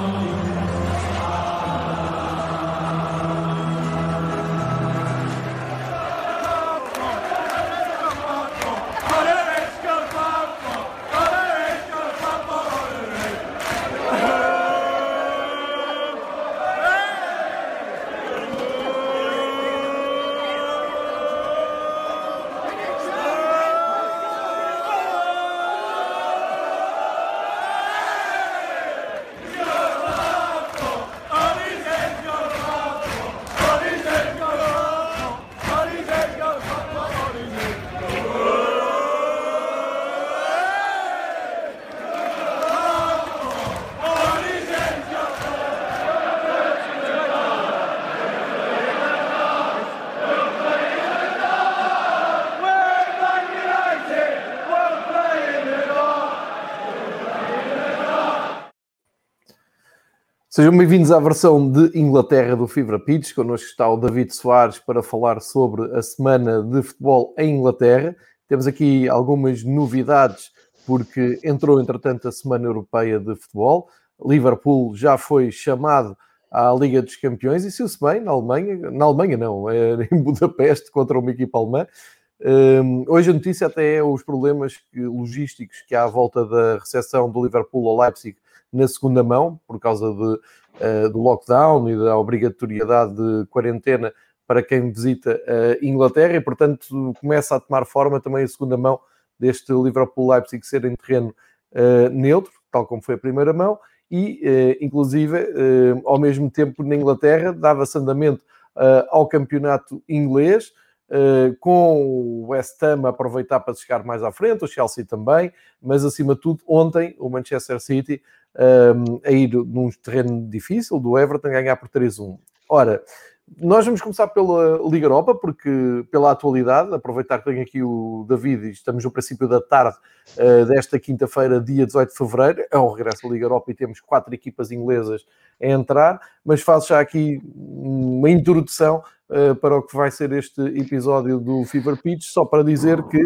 Sejam bem-vindos à versão de Inglaterra do Fever Pitch. Connosco está o David Soares para falar sobre a semana de futebol em Inglaterra. Temos aqui algumas novidades, porque entrou, entretanto, a Semana Europeia de Futebol. Liverpool já foi chamado à Liga dos Campeões e saiu-se bem na Alemanha não, em Budapeste, contra uma equipa alemã. Hoje a notícia até é os problemas logísticos que há à volta da recepção do Liverpool ao Leipzig na segunda mão, por causa do lockdown e da obrigatoriedade de quarentena para quem visita a Inglaterra, e portanto começa a tomar forma também a segunda mão deste Liverpool-Leipzig ser em terreno neutro, tal como foi a primeira mão, e inclusive ao mesmo tempo na Inglaterra dava-se andamento ao campeonato inglês, com o West Ham a aproveitar para chegar mais à frente, o Chelsea também, mas acima de tudo ontem o Manchester City a ir num terreno difícil do Everton, ganhar por 3-1. Ora, nós vamos começar pela Liga Europa, porque pela atualidade, aproveitar que tenho aqui o David e estamos no princípio da tarde desta quinta-feira, dia 18 de fevereiro, é o regresso da Liga Europa e temos 4 equipas inglesas a entrar, mas faço já aqui uma introdução para o que vai ser este episódio do Fever Pitch, só para dizer que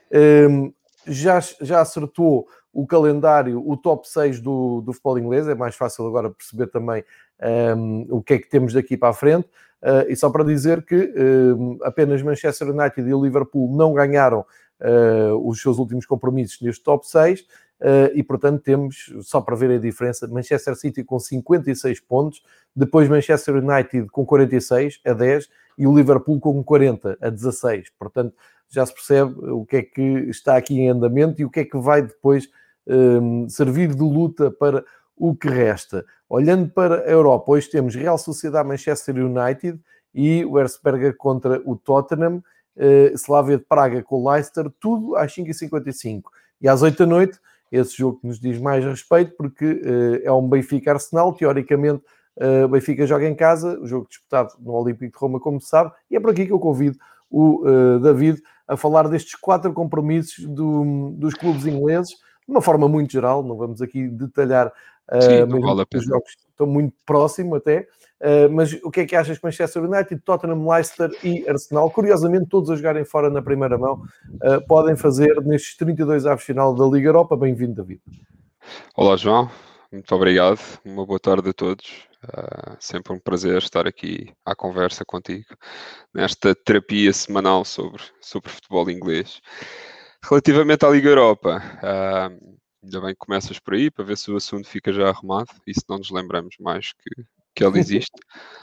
já acertou o calendário, o top 6 do futebol inglês, é mais fácil agora perceber também o que é que temos daqui para a frente, e só para dizer que apenas Manchester United e Liverpool não ganharam os seus últimos compromissos neste top 6, e portanto temos, só para ver a diferença, Manchester City com 56 pontos, depois Manchester United com 46 a 10 e o Liverpool com 40 a 16, portanto já se percebe o que é que está aqui em andamento e o que é que vai depois servir de luta para o que resta. Olhando para a Europa, hoje temos Real Sociedade Manchester United e o Erzberger contra o Tottenham, Slavia de Praga com o Leicester, tudo às 5h55. E às 8 da noite, esse jogo que nos diz mais respeito, porque é um Benfica-Arsenal, teoricamente o Benfica joga em casa, o jogo disputado no Olímpico de Roma, como se sabe, e é por aqui que eu convido o David a falar destes 4 compromissos dos clubes ingleses, de uma forma muito geral, não vamos aqui detalhar, sim, não vale a pena. Os jogos estão muito próximos até, mas o que é que achas que Manchester United, Tottenham, Leicester e Arsenal, curiosamente todos a jogarem fora na primeira mão, podem fazer nestes 32 avos final da Liga Europa? Bem-vindo, David. Olá, João, muito obrigado, uma boa tarde a todos. Sempre um prazer estar aqui à conversa contigo nesta terapia semanal sobre futebol inglês. Relativamente à Liga Europa, ainda bem que começas por aí para ver se o assunto fica já arrumado e se não nos lembramos mais que ela existe.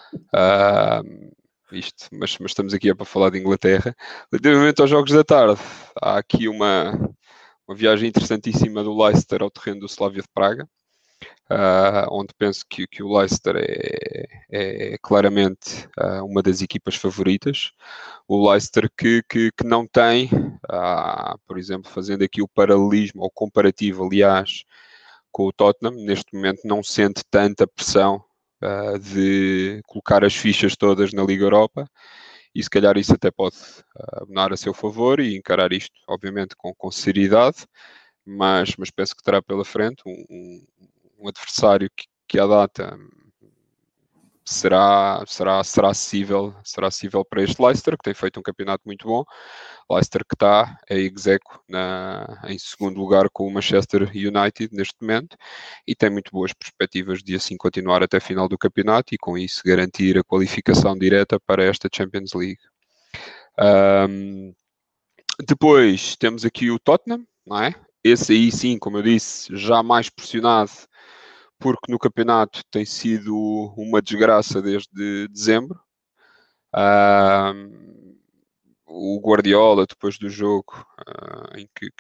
Mas estamos aqui para falar de Inglaterra. Relativamente aos jogos da tarde, há aqui uma viagem interessantíssima do Leicester ao terreno do Slavia de Praga, onde penso que o Leicester é claramente uma das equipas favoritas. O Leicester que não tem, por exemplo, fazendo aqui o paralelismo, ou comparativo, aliás, com o Tottenham, neste momento não sente tanta pressão de colocar as fichas todas na Liga Europa, e se calhar isso até pode abonar a seu favor e encarar isto, obviamente, com seriedade, mas penso que terá pela frente um adversário que à data será acessível para este Leicester, que tem feito um campeonato muito bom. Leicester que está a execo em segundo lugar com o Manchester United neste momento e tem muito boas perspectivas de assim continuar até a final do campeonato e com isso garantir a qualificação direta para esta Champions League. Depois temos aqui o Tottenham, não é? Esse aí sim, como eu disse, já mais pressionado porque no campeonato tem sido uma desgraça desde dezembro. O Guardiola, depois do jogo, em que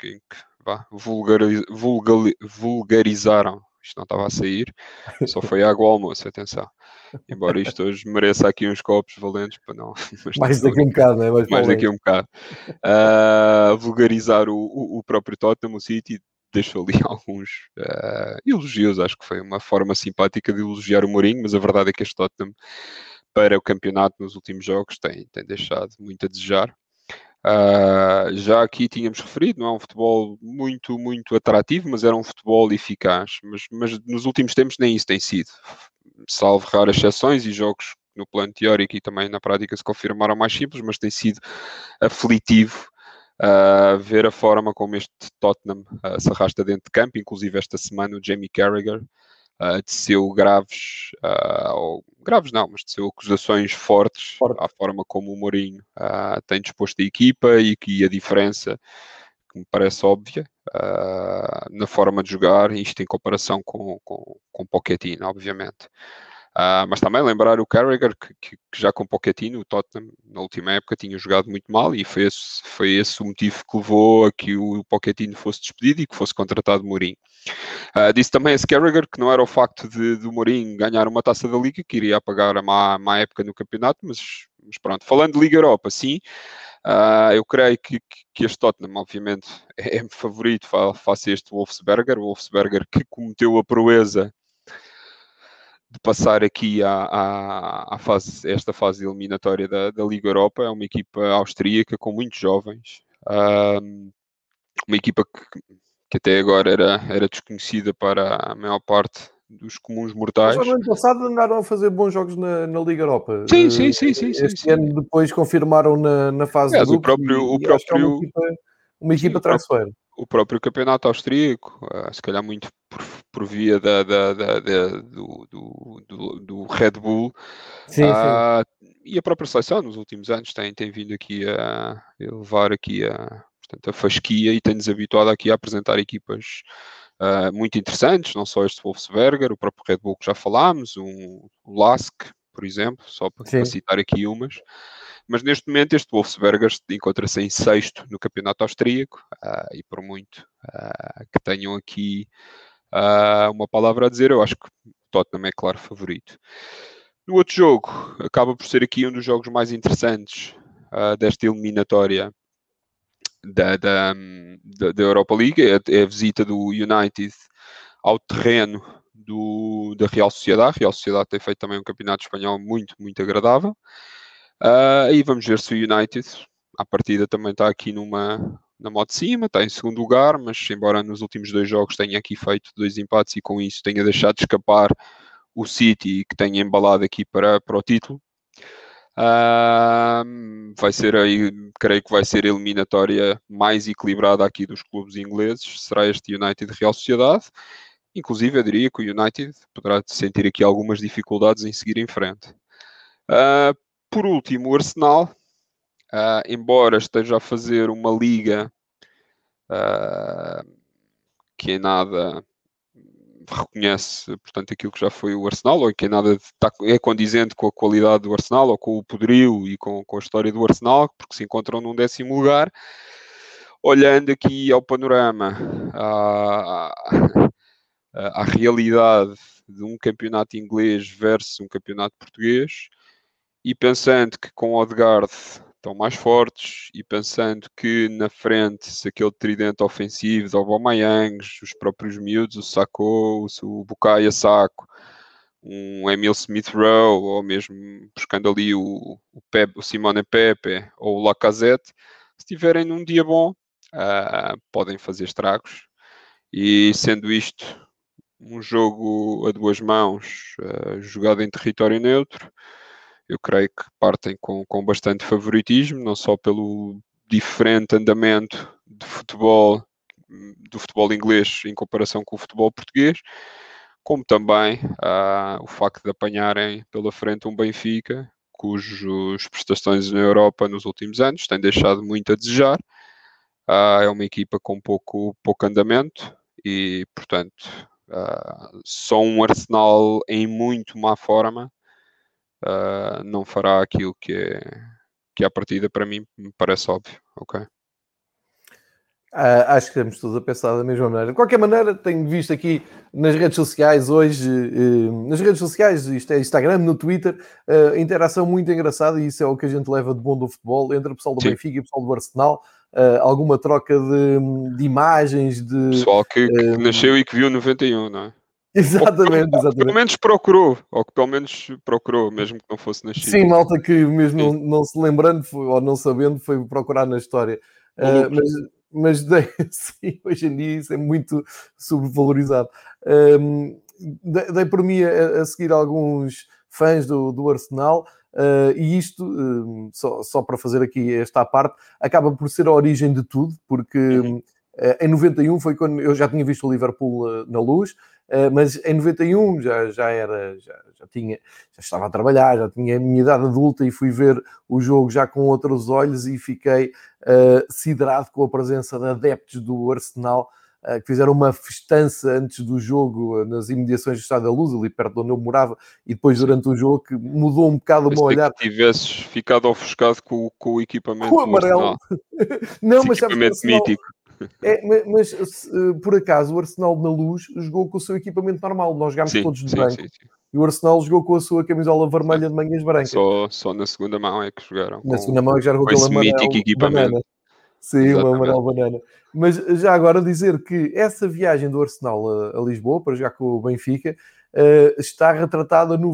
vulgarizaram, isto não estava a sair, só foi água ao almoço, atenção. Embora isto hoje mereça aqui uns copos valentes para não. Mais daqui um bocado, não é? Mais daqui um bocado. Vulgarizar o próprio Tottenham, o City, deixou ali alguns elogios, acho que foi uma forma simpática de elogiar o Mourinho, mas a verdade é que este Tottenham, para o campeonato nos últimos jogos, tem deixado muito a desejar. Já aqui tínhamos referido, não é um futebol muito, muito atrativo, mas era um futebol eficaz. Mas nos últimos tempos nem isso tem sido. Salvo raras exceções e jogos no plano teórico e também na prática se confirmaram mais simples, mas tem sido aflitivo ver a forma como este Tottenham se arrasta dentro de campo. Inclusive esta semana o Jamie Carragher teceu graves, ou graves não, mas teceu acusações fortes à forma como o Mourinho tem disposto a equipa e que a diferença, que me parece óbvia, na forma de jogar, isto em comparação com Pochettino, obviamente. Mas também lembrar o Carragher que já com Pochettino, o Tottenham na última época tinha jogado muito mal e foi esse o motivo que levou a que o Pochettino fosse despedido e que fosse contratado Mourinho. Disse também esse Carragher que não era o facto de Mourinho ganhar uma taça da Liga que iria apagar a má época no campeonato, mas pronto, falando de Liga Europa, sim, eu creio que este Tottenham, obviamente, é favorito face a este Wolfsberger, o Wolfsberger que cometeu a proeza de passar aqui esta fase eliminatória da Liga Europa. É uma equipa austríaca com muitos jovens, uma equipa que até agora era desconhecida para a maior parte dos comuns mortais. Mas no ano passado andaram a fazer bons jogos na Liga Europa. Sim. Este ano depois confirmaram na fase de grupos e acho que é uma equipa traiçoeira. O próprio campeonato austríaco, se calhar muito por via do Red Bull, sim. E a própria seleção nos últimos anos tem vindo aqui a elevar aqui portanto, a fasquia e tem-nos habituado aqui a apresentar equipas muito interessantes, não só este Wolfsberger, o próprio Red Bull que já falámos, o Lask, por exemplo, só para citar aqui umas. Mas neste momento este Wolfsberger encontra-se em sexto no campeonato austríaco e por muito que tenham aqui uma palavra a dizer, eu acho que o Tottenham é claro favorito. No outro jogo, acaba por ser aqui um dos jogos mais interessantes desta eliminatória da Europa League, é a visita do United ao terreno da Real Sociedade. A Real Sociedade tem feito também um campeonato espanhol muito, muito agradável. E vamos ver se o United, à partida, também está aqui na modo de cima, está em segundo lugar, mas embora nos últimos 2 jogos tenha aqui feito 2 empates e com isso tenha deixado de escapar o City, que tenha embalado aqui para o título. Vai ser aí, creio que vai ser a eliminatória mais equilibrada aqui dos clubes ingleses, será este United Real Sociedade. Inclusive, eu diria que o United poderá sentir aqui algumas dificuldades em seguir em frente. Por último, o Arsenal, embora esteja a fazer uma liga que em nada reconhece, portanto, aquilo que já foi o Arsenal, ou que em nada é condizente com a qualidade do Arsenal, ou com o poderio e com a história do Arsenal, porque se encontram num 10º lugar. Olhando aqui ao panorama, à realidade de um campeonato inglês versus um campeonato português, e pensando que com o Odegaard estão mais fortes, e pensando que na frente, se aquele tridente ofensivo de Aubameyang, os próprios miúdos, o Sakho, o Bukayo Saka, um Emil Smith-Rowe, ou mesmo buscando ali o Simone Pepe ou o Lacazette, se estiverem num dia bom, podem fazer estragos. E sendo isto um jogo a duas mãos, jogado em território neutro. Eu creio que partem com bastante favoritismo, não só pelo diferente andamento de futebol, do futebol inglês em comparação com o futebol português, como também o facto de apanharem pela frente um Benfica, cujas prestações na Europa nos últimos anos têm deixado muito a desejar. É uma equipa com pouco andamento e, portanto, só um Arsenal em muito má forma não fará aquilo que à partida para mim me parece óbvio, ok? Acho que estamos todos a pensar da mesma maneira. De qualquer maneira, tenho visto aqui nas redes sociais hoje, nas redes sociais, isto é Instagram, no Twitter, interação muito engraçada, e isso é o que a gente leva de bom do futebol, entre o pessoal do Sim. Benfica e o pessoal do Arsenal, alguma troca de imagens, de... Pessoal que nasceu e que viu 91, não é? Exatamente, ou que pelo menos procurou, mesmo que não fosse nascido. Sim, malta que mesmo não se lembrando ou não sabendo foi procurar na história. Mas sim, hoje em dia isso é muito sobrevalorizado. Dei por mim a seguir alguns fãs do Arsenal, e isto, só para fazer aqui esta parte, acaba por ser a origem de tudo, porque em 91 foi quando eu já tinha visto o Liverpool na Luz, mas em 91 já estava a trabalhar, já tinha a minha idade adulta e fui ver o jogo já com outros olhos e fiquei siderado com a presença de adeptos do Arsenal, que fizeram uma festança antes do jogo nas imediações do Estádio da Luz, ali perto de onde eu morava, e depois durante o jogo, que mudou um bocado o meu olhar. Que tivesses ficado ofuscado com o equipamento com o amarelo. Não, mas sabes que o Arsenal... mítico. mas por acaso o Arsenal na Luz jogou com o seu equipamento normal. Nós jogámos todos de branco. Sim. E o Arsenal jogou com a sua camisola vermelha de mangas brancas. Só na segunda mão é que jogaram. Na segunda mão já jogou com aquele amarelo banana. Sim, o amarelo banana. Mas já agora dizer que essa viagem do Arsenal a Lisboa para jogar com o Benfica está retratada no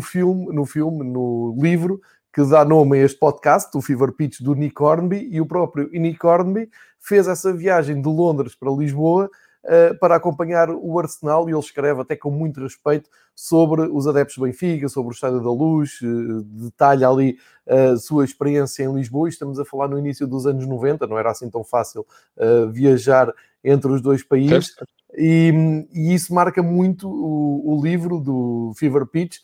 livro que dá nome a este podcast, o Fever Pitch do Nick Hornby, e o próprio Nick Hornby fez essa viagem de Londres para Lisboa para acompanhar o Arsenal, e ele escreve até com muito respeito sobre os adeptos do Benfica, sobre o Estádio da Luz, detalha ali a sua experiência em Lisboa, e estamos a falar no início dos anos 90, não era assim tão fácil viajar entre os dois países, e isso marca muito o livro do Fever Pitch,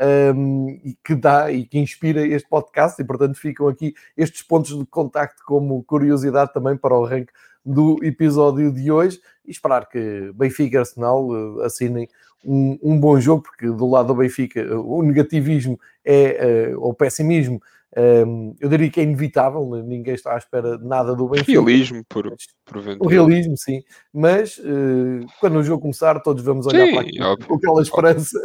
que dá e que inspira este podcast, e portanto ficam aqui estes pontos de contacto como curiosidade também para o arranque do episódio de hoje, e esperar que Benfica e Arsenal assinem um bom jogo, porque do lado do Benfica o negativismo ou o pessimismo, eu diria que é inevitável, ninguém está à espera de nada do Benfica. Realismo, por o realismo, sim, mas quando o jogo começar todos vamos olhar para aqui com aquela esperança.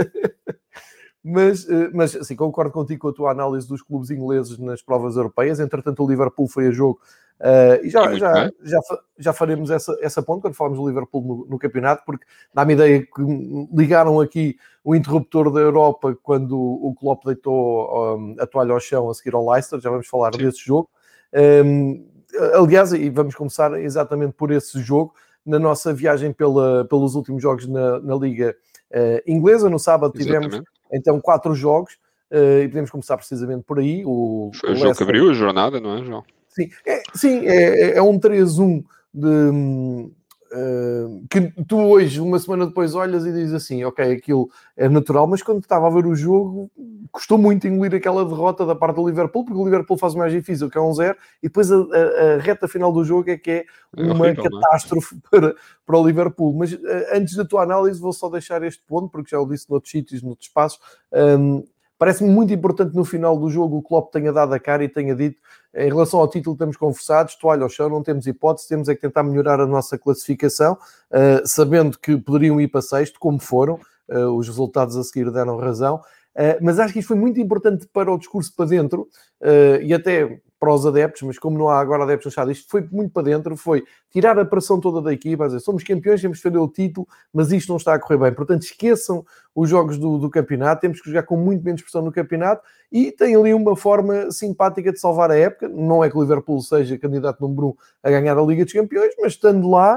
Mas assim, concordo contigo com a tua análise dos clubes ingleses nas provas europeias. Entretanto, o Liverpool foi a jogo, e já faremos essa ponte quando falarmos do Liverpool no campeonato, porque dá-me ideia que ligaram aqui o interruptor da Europa quando o Klopp deitou a toalha ao chão a seguir ao Leicester. Já vamos falar desse jogo. Aliás, e vamos começar exatamente por esse jogo, na nossa viagem pelos últimos jogos na Liga Inglesa. No sábado tivemos então 4 jogos, e podemos começar precisamente por aí. Foi o jogo que abriu a jornada, não é, João? Sim, é um 3-1 que tu hoje, uma semana depois, olhas e dizes assim, ok, aquilo é natural, mas quando estava a ver o jogo, custou muito engolir aquela derrota da parte do Liverpool, porque o Liverpool faz o mais difícil, que é 1-0, e depois a reta final do jogo é que é uma horrível, catástrofe para o Liverpool. Mas antes da tua análise, vou só deixar este ponto, porque já o disse noutros sítios, noutros espaços. Parece-me muito importante no final do jogo o Klopp tenha dado a cara e tenha dito, em relação ao título estamos conversados, toalha ao chão, não temos hipótese, temos é que tentar melhorar a nossa classificação, sabendo que poderiam ir para sexto, como foram, os resultados a seguir deram razão, mas acho que isto foi muito importante para o discurso para dentro, e até para os adeptos, mas como não há agora adeptos no estado, isto foi muito para dentro, foi tirar a pressão toda da equipa, dizer, somos campeões, temos que defender o título, mas isto não está a correr bem, portanto esqueçam os jogos do campeonato, temos que jogar com muito menos pressão no campeonato, e tem ali uma forma simpática de salvar a época. Não é que o Liverpool seja candidato número 1 a ganhar a Liga dos Campeões, mas estando lá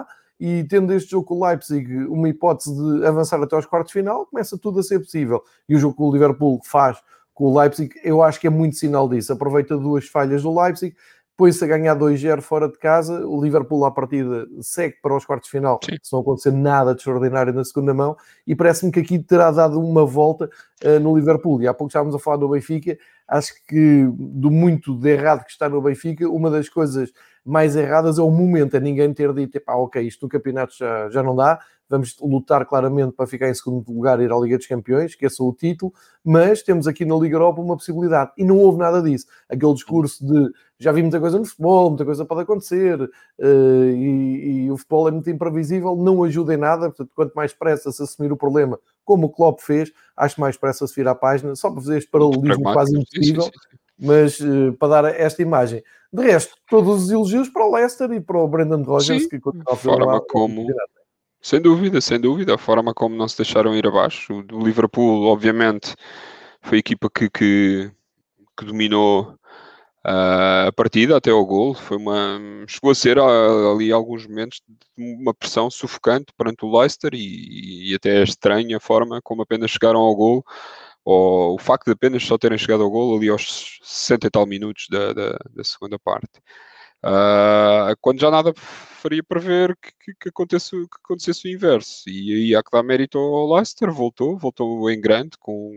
e tendo este jogo com o Leipzig uma hipótese de avançar até aos quartos de final, começa tudo a ser possível. E o jogo que o Liverpool faz com o Leipzig, eu acho que é muito sinal disso. Aproveita 2 falhas do Leipzig, põe-se a ganhar 2-0 fora de casa, o Liverpool à partida segue para os quartos de final, se não acontecer nada de extraordinário na segunda mão, e parece-me que aqui terá dado uma volta no Liverpool. E há pouco estávamos a falar do Benfica, acho que do muito de errado que está no Benfica, uma das coisas mais erradas é o momento, é ninguém ter dito, ok, isto no campeonato já não dá, vamos lutar claramente para ficar em segundo lugar e ir à Liga dos Campeões, esqueçam o título, mas temos aqui na Liga Europa uma possibilidade. E não houve nada disso. Aquele discurso de já vi muita coisa no futebol, muita coisa pode acontecer, e o futebol é muito imprevisível, não ajuda em nada, portanto, quanto mais pressa se assumir o problema, como o Klopp fez, acho mais pressa se virar a página, só para fazer este paralelismo quase impossível, mas para dar esta imagem. De resto, todos os elogios para o Leicester e para o Brendan Rodgers, que continua a fazer forma como... Sem dúvida, a forma como não se deixaram ir abaixo. O Liverpool, obviamente, foi a equipa que dominou a partida até ao gol. Chegou a ser ali alguns momentos de uma pressão sufocante perante o Leicester e até é estranha a forma como apenas chegaram ao gol, ou o facto de apenas só terem chegado ao gol ali aos 60 e tal minutos da segunda parte. Quando já nada faria prever que acontecesse o inverso, e aí há que dar mérito ao Leicester. Voltou em grande com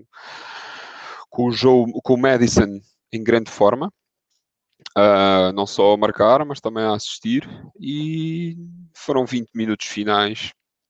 o Maddison em grande forma, não só a marcar, mas também a assistir, e foram 20 minutos finais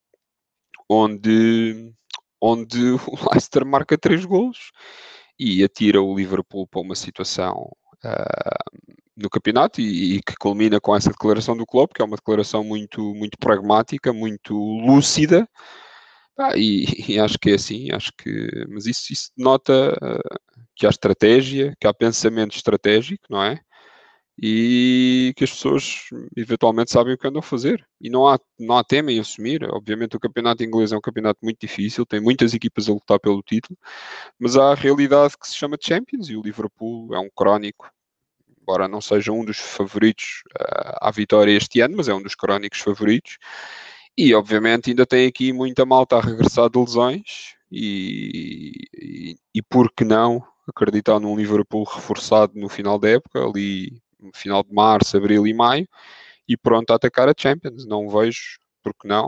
onde o Leicester marca 3 golos e atira o Liverpool para uma situação no campeonato e que culmina com essa declaração do Klopp, que é uma declaração muito, muito pragmática, muito lúcida, e acho que é assim, mas isso denota que há estratégia, que há pensamento estratégico, não é? E que as pessoas eventualmente sabem o que andam a fazer e não há tema em assumir. Obviamente o campeonato inglês é um campeonato muito difícil, tem muitas equipas a lutar pelo título, mas há a realidade que se chama Champions e o Liverpool é um crónico, embora não seja um dos favoritos à vitória este ano, mas é um dos crónicos favoritos. E obviamente ainda tem aqui muita malta a regressar de lesões e por que não acreditar num Liverpool reforçado no final da época, ali no final de março, abril e maio, e pronto a atacar a Champions. Não vejo por que não.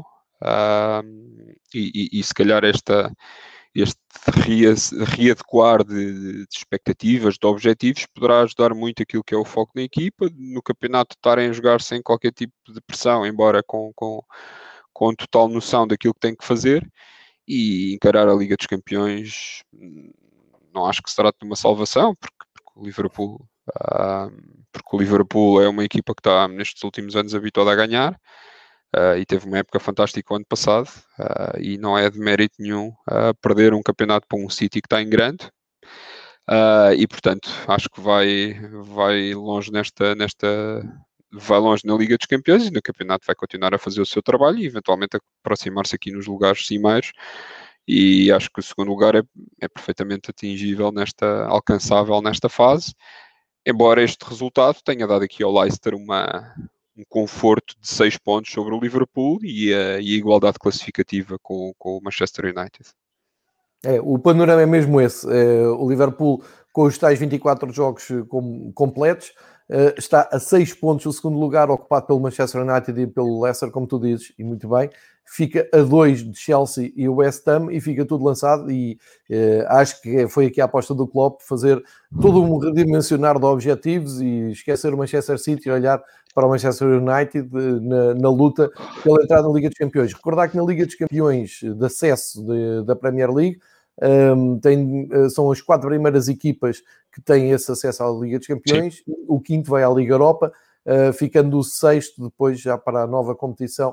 E se calhar este readequar de expectativas, de objetivos, poderá ajudar muito aquilo que é o foco da equipa, no campeonato estarem a jogar sem qualquer tipo de pressão, embora com total noção daquilo que tem que fazer, e encarar a Liga dos Campeões. Não acho que se trate de uma salvação, porque o Liverpool é uma equipa que está nestes últimos anos habituada a ganhar, e teve uma época fantástica o ano passado, e não é de mérito nenhum perder um campeonato para um City que está em grande, e portanto acho que vai longe vai longe na Liga dos Campeões, e no campeonato vai continuar a fazer o seu trabalho e eventualmente aproximar-se aqui nos lugares cimeiros, e acho que o segundo lugar é perfeitamente atingível, alcançável nesta fase, embora este resultado tenha dado aqui ao Leicester um conforto de 6 pontos sobre o Liverpool e a igualdade classificativa com o Manchester United. O panorama é mesmo esse. O Liverpool, com os tais 24 jogos completos, está a 6 pontos do segundo lugar, ocupado pelo Manchester United e pelo Leicester, como tu dizes, e muito bem. Fica a 2 de Chelsea e o West Ham, e fica tudo lançado, e acho que foi aqui a aposta do Klopp, fazer todo um redimensionar de objetivos e esquecer o Manchester City e olhar para o Manchester United na luta pela entrada na Liga dos Campeões. Recordar que na Liga dos Campeões de acesso da Premier League, são as 4 primeiras equipas que têm esse acesso à Liga dos Campeões. Sim. O quinto vai à Liga Europa, ficando o sexto depois já para a nova competição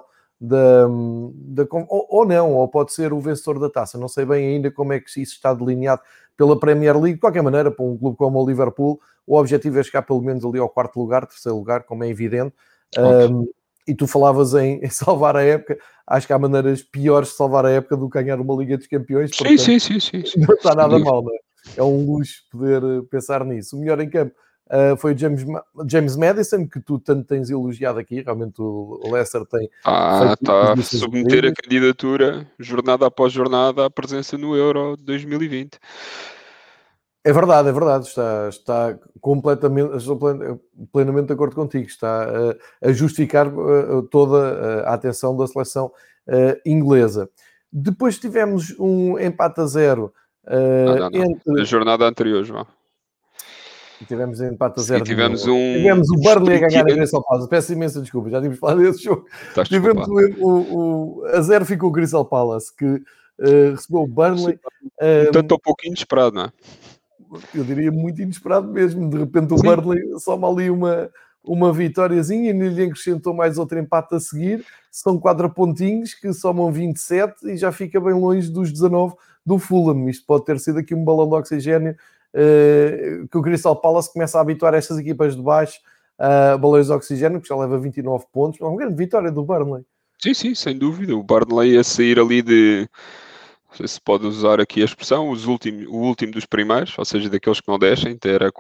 ou pode ser o vencedor da taça. Não sei bem ainda como é que isso está delineado pela Premier League. De qualquer maneira, para um clube como o Liverpool, o objetivo é chegar pelo menos ali ao quarto lugar, terceiro lugar, como é evidente. E tu falavas em salvar a época. Acho que há maneiras piores de salvar a época do que ganhar uma Liga dos Campeões. Portanto, sim. Não está nada mal, não é? É um luxo poder pensar nisso. O melhor em campo foi o James Maddison, que tu tanto tens elogiado aqui. Realmente o Leicester tem feito Está a exibições submeter a incríveis. candidatura, jornada após jornada, à presença no Euro 2020. É verdade, é verdade. Está completamente, estou plenamente de acordo contigo. Está a justificar toda a atenção da seleção inglesa. Depois tivemos um empate a 0 Não. Da entre. jornada anterior, João. Tivemos empate a Sim, 0 tivemos nenhum. um Tivemos o Burnley a ganhar a estonteante. Crystal Palace. Peço imensa desculpa, já tínhamos falado desse jogo. Estás Tivemos desculpado. a 0 ficou o Crystal Palace, que recebeu o Burnley. Tanto ou pouco inesperado, não é? Eu diria muito inesperado mesmo. De repente o Sim. Burnley soma ali uma vitóriazinha e ninguém acrescentou mais outro empate a seguir. São 4 pontinhos que somam 27 e já fica bem longe dos 19 do Fulham. Isto pode ter sido aqui um balão de oxigênio que o Crystal Palace começa a habituar estas equipas de baixo a balões de oxigênio, que já leva 29 pontos. Uma grande vitória do Burnley. Sim, sem dúvida. O Burnley a sair ali de... Não sei se pode usar aqui a expressão, o último dos primeiros, ou seja, daqueles que não descem,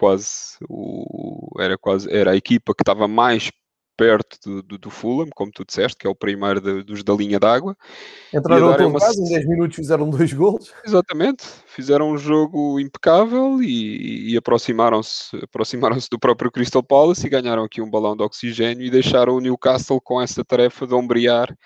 era a equipa que estava mais perto do Fulham, como tu disseste, que é o primeiro dos da linha d'água. Entraram a todo gás, em 10 minutos fizeram 2 golos. Exatamente, fizeram um jogo impecável e aproximaram-se do próprio Crystal Palace e ganharam aqui um balão de oxigênio e deixaram o Newcastle com essa tarefa de ombrear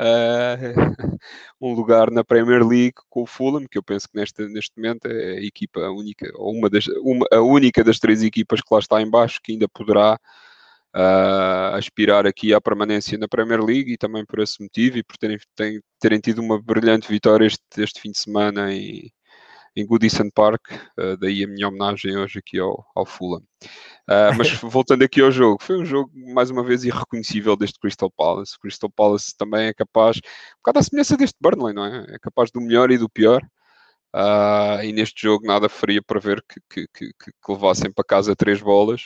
um lugar na Premier League com o Fulham, que eu penso que neste momento é a equipa única, ou a única das 3 equipas que lá está em baixo que ainda poderá aspirar aqui à permanência na Premier League, e também por esse motivo e por terem tido uma brilhante vitória este fim de semana em Goodison Park, daí a minha homenagem hoje aqui ao Fulham. Mas voltando aqui ao jogo, foi um jogo mais uma vez irreconhecível deste Crystal Palace. O Crystal Palace também é capaz, um bocado à semelhança deste Burnley, não é? É capaz do melhor e do pior. E neste jogo nada faria para ver que levassem para casa 3 bolas.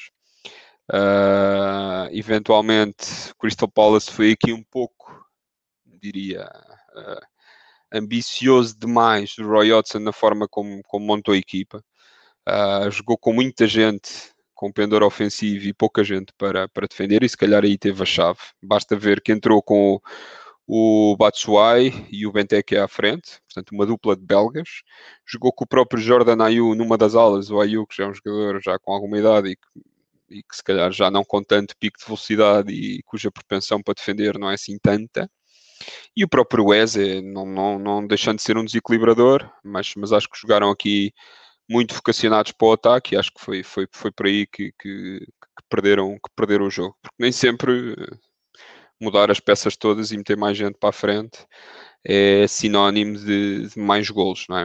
Eventualmente, o Crystal Palace foi aqui um pouco, diria, ambicioso demais do Roy Hodgson na forma como montou a equipa. Jogou com muita gente com pendor ofensivo e pouca gente para defender, e se calhar aí teve a chave. Basta ver que entrou com o Batshuayi e o Benteke à frente, portanto uma dupla de belgas. Jogou com o próprio Jordan Ayew numa das alas, o Ayew, que já é um jogador já com alguma idade e que se calhar já não com tanto pico de velocidade e cuja propensão para defender não é assim tanta. E o próprio Eze, não deixando de ser um desequilibrador, mas acho que jogaram aqui muito vocacionados para o ataque, e acho que foi por aí que perderam o jogo. Porque nem sempre mudar as peças todas e meter mais gente para a frente é sinónimo de mais golos, não é?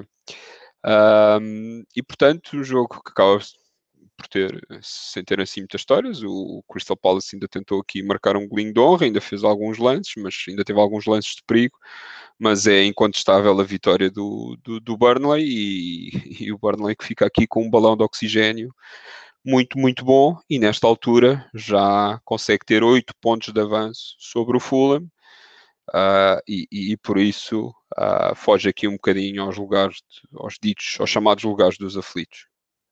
E portanto, o jogo que acaba por sem ter assim muitas histórias, o Crystal Palace ainda tentou aqui marcar um golinho de honra, ainda fez alguns lances, mas ainda teve alguns lances de perigo, mas é incontestável a vitória do Burnley e o Burnley que fica aqui com um balão de oxigênio muito, muito bom, e nesta altura já consegue ter 8 pontos de avanço sobre o Fulham, e por isso foge aqui um bocadinho aos chamados lugares dos aflitos.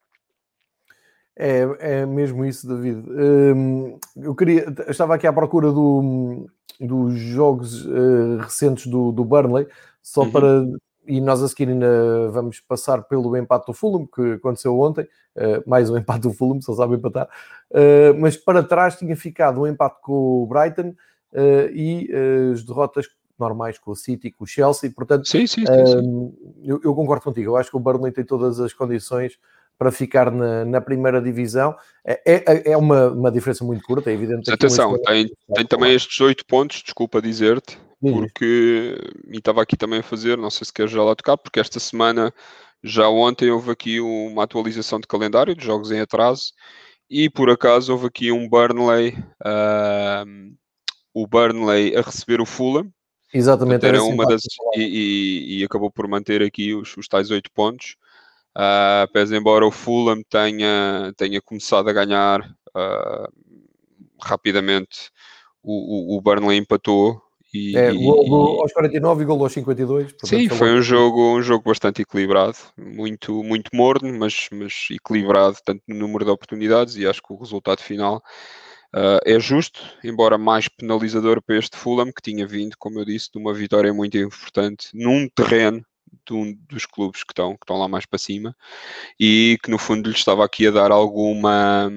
É mesmo isso, David. Eu estava aqui à procura dos jogos recentes do Burnley, só para. E nós a seguir ainda vamos passar pelo empate do Fulham, que aconteceu ontem. Mais um empate do Fulham, só sabe empatar. Mas para trás tinha ficado um empate com o Brighton e as derrotas normais com o City, com o Chelsea. Portanto, sim. Eu concordo contigo. Eu acho que o Burnley tem todas as condições para ficar na primeira divisão. É uma diferença muito curta, é evidente. Atenção, tem também estes 8 pontos, desculpa dizer-te, porque me estava aqui também a fazer, não sei se queres já lá tocar, porque esta semana, já ontem, houve aqui uma atualização de calendário de jogos em atraso, e por acaso houve aqui um Burnley, o Burnley a receber o Fulham. Exatamente, era uma das, e acabou por manter aqui os tais 8 pontos. Pese embora o Fulham tenha começado a ganhar rapidamente, o Burnley empatou Gol aos 49 e gol aos 52. Portanto, sim, foi um jogo bastante equilibrado, muito, muito morno, mas equilibrado, tanto no número de oportunidades, e acho que o resultado final é justo, embora mais penalizador para este Fulham, que tinha vindo, como eu disse, de uma vitória muito importante num terreno de um dos clubes que estão lá mais para cima, e que no fundo lhe estava aqui a dar alguma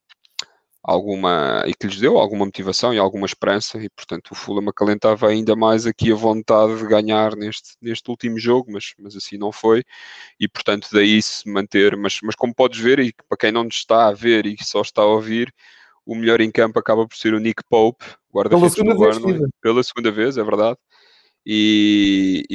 e que lhes deu alguma motivação e alguma esperança, e portanto o Fulham acalentava ainda mais aqui a vontade de ganhar neste último jogo, mas assim não foi, e portanto daí se manter, mas como podes ver, e para quem não nos está a ver e só está a ouvir, o melhor em campo acaba por ser o Nick Pope, pela guarda-redes segunda do vez Burnley, seguida. pela segunda vez, é verdade, e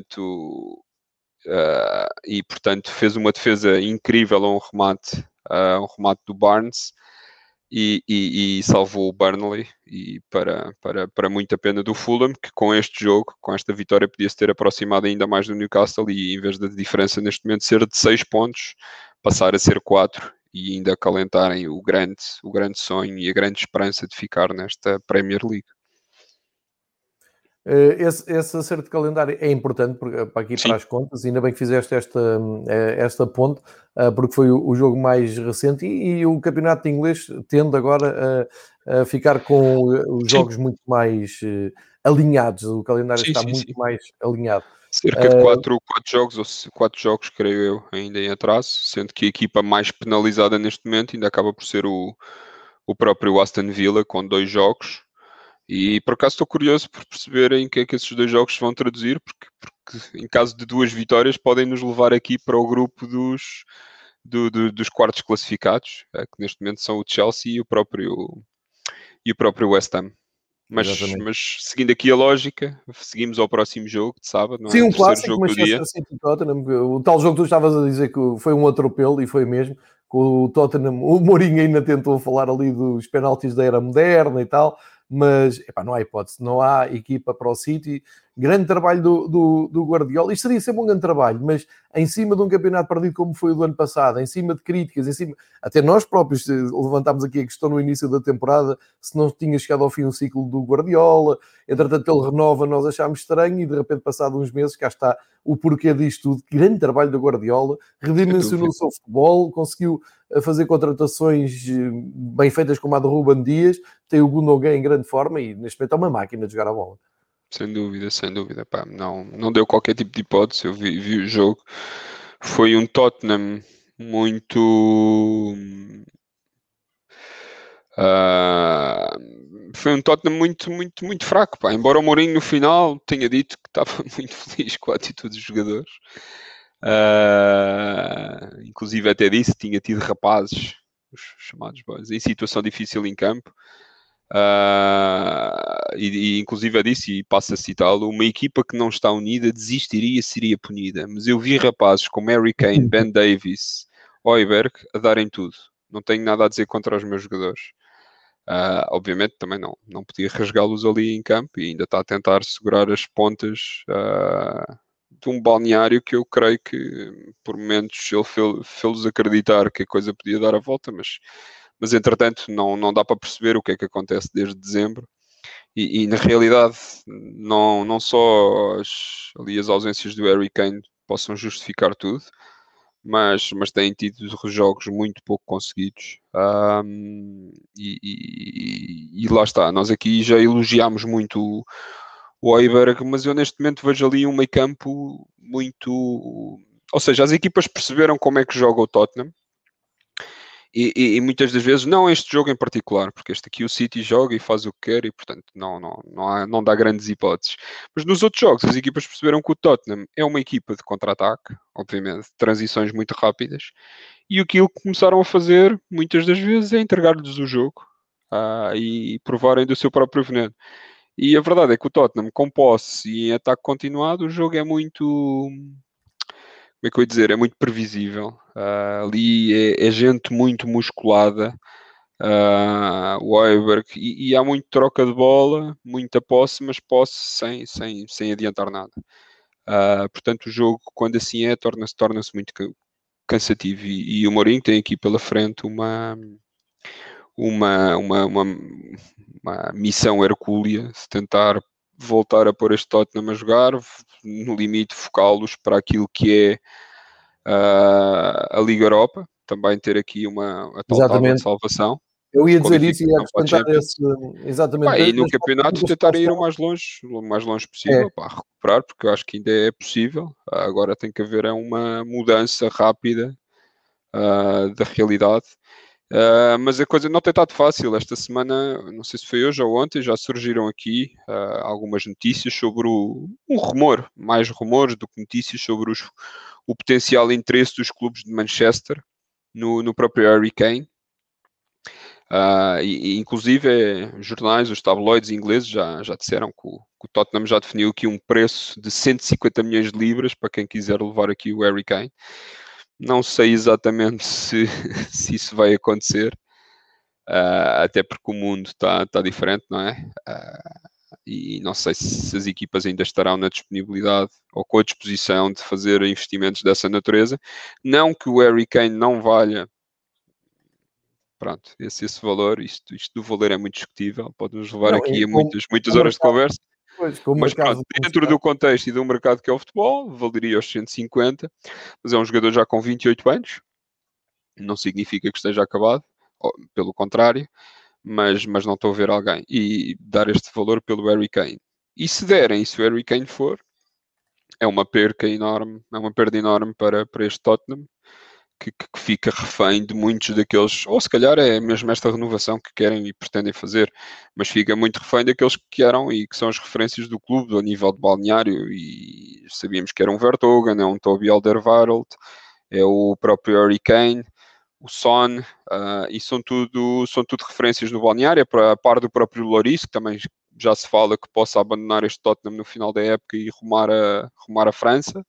portanto fez uma defesa incrível a um remate do Barnes, e salvou o Burnley, e para muita pena do Fulham, que com este jogo, com esta vitória, podia-se ter aproximado ainda mais do Newcastle, e em vez da diferença neste momento ser de 6 pontos, passar a ser 4, e ainda acalentarem o grande sonho e a grande esperança de ficar nesta Premier League. Esse acerto de calendário é importante para aqui Sim. para as contas, ainda bem que fizeste esta ponte, porque foi o jogo mais recente, e o campeonato inglês tende agora a ficar com os Sim. jogos muito mais alinhados, o calendário está Sim. muito mais alinhado. Cerca de 4 jogos, ou 4 jogos, creio eu, ainda em atraso, sendo que a equipa mais penalizada neste momento ainda acaba por ser o próprio Aston Villa, com 2 jogos. E por acaso estou curioso por perceber em que é que esses 2 jogos se vão traduzir, porque em caso de 2 vitórias podem nos levar aqui para o grupo dos quartos classificados, que neste momento são o Chelsea e o próprio West Ham. Mas seguindo aqui a lógica, seguimos ao próximo jogo de sábado, não é? Sim, O um terceiro clássico, jogo do dia. Manchester City Tottenham, o tal jogo que tu estavas a dizer que foi um atropelo, e foi mesmo, com o Tottenham, o Mourinho ainda tentou falar ali dos penaltis da era moderna e tal, mas não há hipótese, não há equipa para o City. Grande trabalho do Guardiola, isto seria sempre um grande trabalho, mas em cima de um campeonato perdido como foi o do ano passado, em cima de críticas, até nós próprios levantámos aqui a questão no início da temporada, se não tinha chegado ao fim o ciclo do Guardiola. Entretanto ele renova, nós achámos estranho, e de repente, passado uns meses, cá está o porquê disto tudo. Grande trabalho do Guardiola, redimensionou o seu futebol, conseguiu fazer contratações bem feitas, como a de Ruben Dias, tem o Gundogan em grande forma, e neste momento é uma máquina de jogar a bola. Sem dúvida. Pá, não deu qualquer tipo de hipótese. Eu vi o jogo. Foi um Tottenham muito... foi um Tottenham muito fraco. Pá. Embora o Mourinho no final tenha dito que estava muito feliz com a atitude dos jogadores. Inclusive até disse que tinha tido rapazes, os chamados boys, em situação difícil em campo. E inclusive eu disse, e passo a citá-lo, uma equipa que não está unida desistiria, seria punida. Mas eu vi rapazes como Harry Kane, Ben Davies, Højbjerg a darem tudo. Não tenho nada a dizer contra os meus jogadores. Obviamente também não podia rasgá-los ali em campo, e ainda está a tentar segurar as pontas de um balneário que eu creio que por momentos ele fez-los acreditar que a coisa podia dar a volta, mas entretanto não dá para perceber o que é que acontece desde dezembro, e na realidade não só as ausências do Harry Kane possam justificar tudo, mas têm tido jogos muito pouco conseguidos, e lá está, nós aqui já elogiámos muito o Højbjerg, mas eu neste momento vejo ali um meio campo muito... Ou seja, as equipas perceberam como é que joga o Tottenham, e muitas das vezes, não este jogo em particular, porque este aqui o City joga e faz o que quer, e portanto não dá grandes hipóteses. Mas nos outros jogos as equipas perceberam que o Tottenham é uma equipa de contra-ataque, obviamente, transições muito rápidas, e aquilo que começaram a fazer muitas das vezes é entregar-lhes o jogo, e provarem do seu próprio veneno. E a verdade é que o Tottenham, com posse e em ataque continuado, o jogo é muito... Como é que eu ia dizer? É muito previsível. Ali é gente muito musculada, o Højbjerg, e há muito troca de bola, muita posse, mas posse sem adiantar nada. Portanto, o jogo, quando assim é, torna-se muito cansativo, e o Mourinho tem aqui pela frente uma missão hercúlea, de tentar voltar a pôr este Tottenham a jogar, no limite focá-los para aquilo que é a Liga Europa, também ter aqui a tal tábua de Exatamente. salvação, Eu de ia dizer isso e ia qualificação para a acrescentar Champions. esse, exatamente, E no das campeonato equipas que lá tentar ir estão. o mais longe É, possível para recuperar, porque eu acho que ainda é possível. Agora tem que haver uma mudança rápida da realidade. Mas a coisa não tem estado fácil. Esta semana, não sei se foi hoje ou ontem, já surgiram aqui algumas notícias sobre um rumor, mais rumores do que notícias sobre o potencial interesse dos clubes de Manchester no próprio Harry Kane. Inclusive, jornais, os tabloides ingleses já disseram que o Tottenham já definiu aqui um preço de 150 milhões de libras para quem quiser levar aqui o Harry Kane. Não sei exatamente se isso vai acontecer, até porque o mundo está diferente, não é? E não sei se as equipas ainda estarão na disponibilidade ou com a disposição de fazer investimentos dessa natureza. Não que o Harry Kane não valha, pronto, esse valor, isto do valor é muito discutível, pode-nos levar não, aqui a com muitas o horas de mercado, conversa, pois, com o mas pronto, mercado como dentro está. do contexto e do mercado que é o futebol, valeria os 150, mas é um jogador já com 28 anos, não significa que esteja acabado, pelo contrário, mas não estou a ver alguém e dar este valor pelo Harry Kane. E se derem, se o Harry Kane for, é uma perca enorme, é uma perda enorme para este Tottenham, que fica refém de muitos daqueles, ou se calhar é mesmo esta renovação que querem e pretendem fazer, mas fica muito refém daqueles que eram e que são as referências do clube, a nível de balneário, e sabíamos que era um Vertonghen, é um Toby Alderweireld, é o próprio Harry Kane, o Son, e são tudo referências no balneário, para a par do próprio Lloris, que também já se fala que possa abandonar este Tottenham no final da época e rumar a França.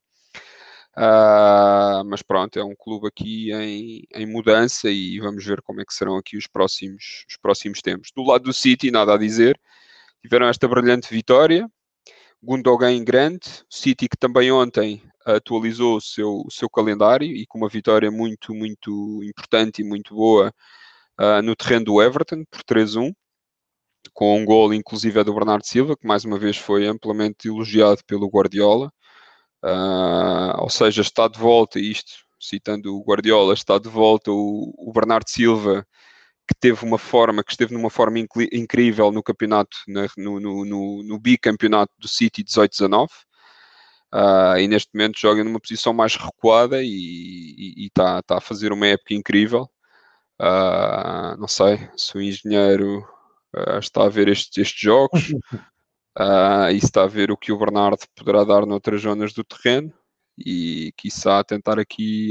Mas pronto, é um clube aqui em mudança e vamos ver como é que serão aqui os próximos tempos. Do lado do City, nada a dizer. Tiveram esta brilhante vitória. Gundogan em grande. City que também ontem atualizou o seu calendário e com uma vitória muito, muito importante e muito boa no terreno do Everton, por 3-1. Com um gol, inclusive, do Bernardo Silva, que mais uma vez foi amplamente elogiado pelo Guardiola. Ou seja, está de volta, isto citando o Guardiola, está de volta o Bernardo Silva, que esteve numa forma incrível no campeonato, no bicampeonato do City 18-19, e neste momento joga numa posição mais recuada e está a fazer uma época incrível. Não sei se o engenheiro está a ver estes jogos. E está a ver o que o Bernardo poderá dar noutras zonas do terreno e quiçá tentar aqui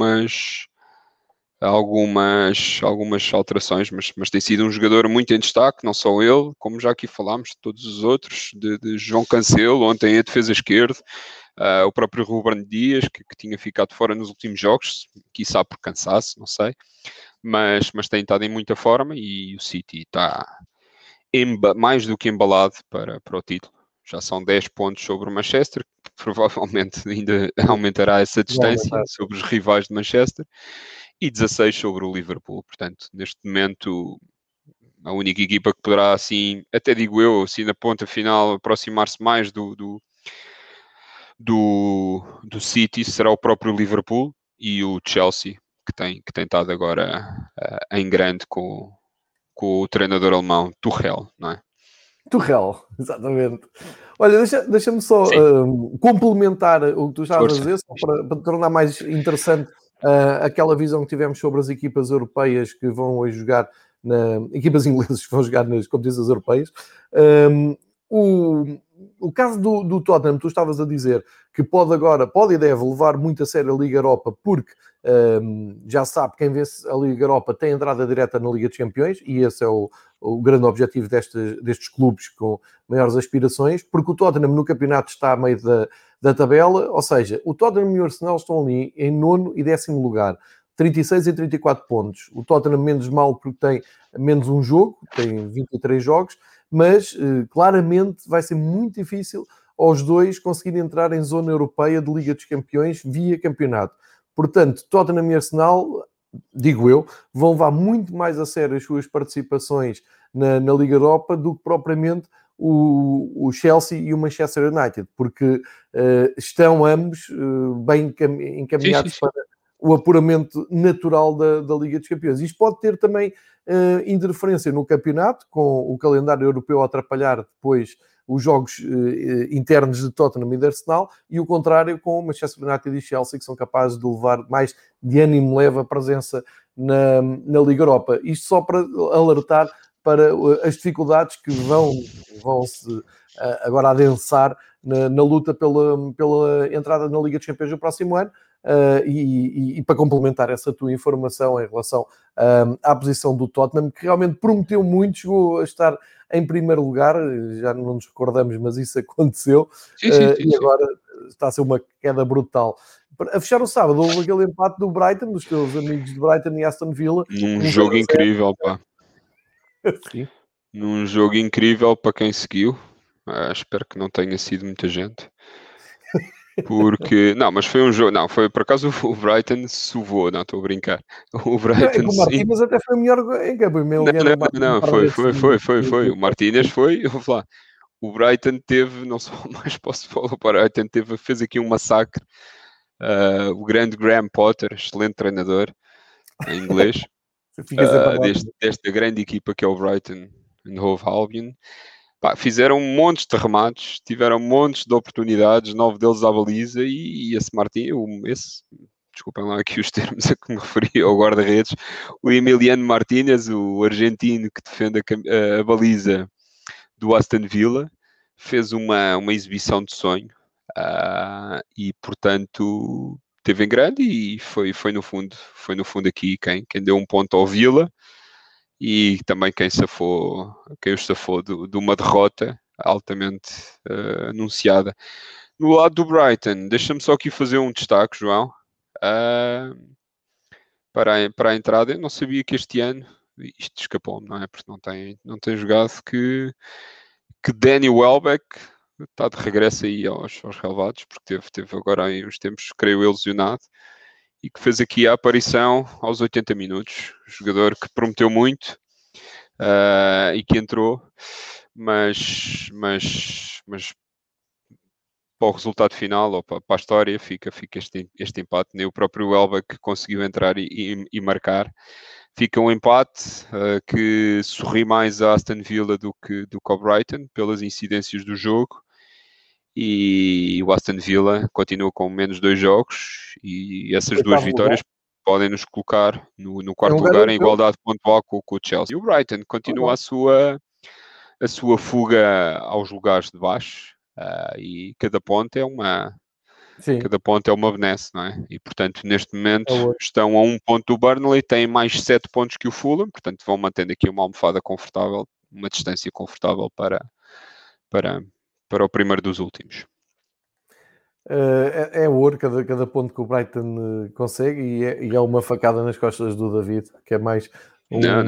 algumas alterações, mas tem sido um jogador muito em destaque, não só ele, como já aqui falámos de todos os outros, de João Cancelo, ontem a defesa esquerda, o próprio Ruben Dias, que tinha ficado fora nos últimos jogos, quiçá por cansaço, não sei, mas tem estado em muita forma e o City está mais do que embalado para o título. Já são 10 pontos sobre o Manchester, que provavelmente ainda aumentará essa distância sobre os rivais de Manchester, e 16 sobre o Liverpool. Portanto, neste momento, a única equipa que poderá, assim, até digo eu, assim, na ponta final, aproximar-se mais do City será o próprio Liverpool e o Chelsea, que tem estado agora em grande com o treinador alemão Tuchel, não é? Tuchel, exatamente. Olha, deixa-me só complementar o que tu estavas a dizer, só para tornar mais interessante aquela visão que tivemos sobre as equipas europeias que vão hoje jogar, equipas inglesas que vão jogar nas competições europeias. O caso do Tottenham, tu estavas a dizer que pode e deve levar muito a sério a Liga Europa, porque já sabe, quem vence a Liga Europa tem entrada direta na Liga dos Campeões, e esse é o grande objetivo destes clubes com maiores aspirações, porque o Tottenham no campeonato está a meio da tabela, ou seja, o Tottenham e o Arsenal estão ali em 9º e 10º lugar, 36 e 34 pontos. O Tottenham menos mal porque tem menos um jogo, tem 23 jogos, mas claramente vai ser muito difícil aos dois conseguirem entrar em zona europeia de Liga dos Campeões via campeonato. Portanto, Tottenham e Arsenal, digo eu, vão levar muito mais a sério as suas participações na Liga Europa do que propriamente o Chelsea e o Manchester United, porque estão ambos bem encaminhados sim. para o apuramento natural da Liga dos Campeões. Isto pode ter também interferência no campeonato, com o calendário europeu a atrapalhar depois os jogos internos de Tottenham e de Arsenal, e o contrário com o Manchester United e Chelsea, que são capazes de levar mais de ânimo leve a presença na Liga Europa. Isto só para alertar para as dificuldades que vão-se agora adensar na luta pela entrada na Liga dos Campeões no próximo ano. E para complementar essa tua informação em relação à posição do Tottenham, que realmente prometeu muito, chegou a estar em primeiro lugar, já não nos recordamos, mas isso aconteceu, e agora está a ser uma queda brutal. A fechar o sábado, houve aquele empate do Brighton, dos teus amigos de Brighton e Aston Villa. Num jogo incrível, pá. Sim. Num jogo incrível para quem seguiu. Espero que não tenha sido muita gente. Porque, não, mas foi um jogo, não, foi por acaso o Brighton sovou, não, estou a brincar. O Brighton, o Martínez até foi o melhor em campo. Não, foi. O Martínez foi, eu vou lá. O Brighton teve, não só mais posso falar, o Brighton fez aqui um massacre. O grande Graham Potter, excelente treinador em inglês, desta grande equipa que é o Brighton and Hove Albion. Pá, fizeram montes de remates, tiveram montes de oportunidades, 9 deles à baliza, e esse Martínez, desculpem lá aqui os termos a que me referi ao guarda-redes, o Emiliano Martínez, o argentino que defende a baliza do Aston Villa, fez uma exibição de sonho, e portanto teve em grande, e foi no fundo aqui quem deu um ponto ao Villa, e também quem os safou de uma derrota altamente anunciada. No lado do Brighton, deixa-me só aqui fazer um destaque, João, para a entrada. Eu não sabia que este ano, isto escapou-me, não é? Porque não tem jogado, que Danny Welbeck está de regresso aí aos relevados, porque teve agora aí uns tempos, creio eu, lesionado, e que fez aqui a aparição aos 80 minutos. Jogador que prometeu muito, e que entrou, mas para o resultado final, ou para a história, fica este empate. Nem o próprio Welbeck conseguiu entrar e marcar. Fica um empate que sorri mais a Aston Villa do que ao Brighton, pelas incidências do jogo. E o Aston Villa continua com menos 2 jogos, e essas 2 vitórias podem nos colocar no quarto lugar em igualdade pontual com o Chelsea. E o Brighton continua a sua fuga aos lugares de baixo, e cada ponto é uma benesse, não é? E portanto, neste momento estão a 1 ponto do Burnley, têm mais 7 pontos que o Fulham, portanto vão mantendo aqui uma almofada confortável, uma distância confortável para o primeiro dos últimos. É ouro cada ponto que o Brighton consegue, e é uma facada nas costas do David, que é mais Não.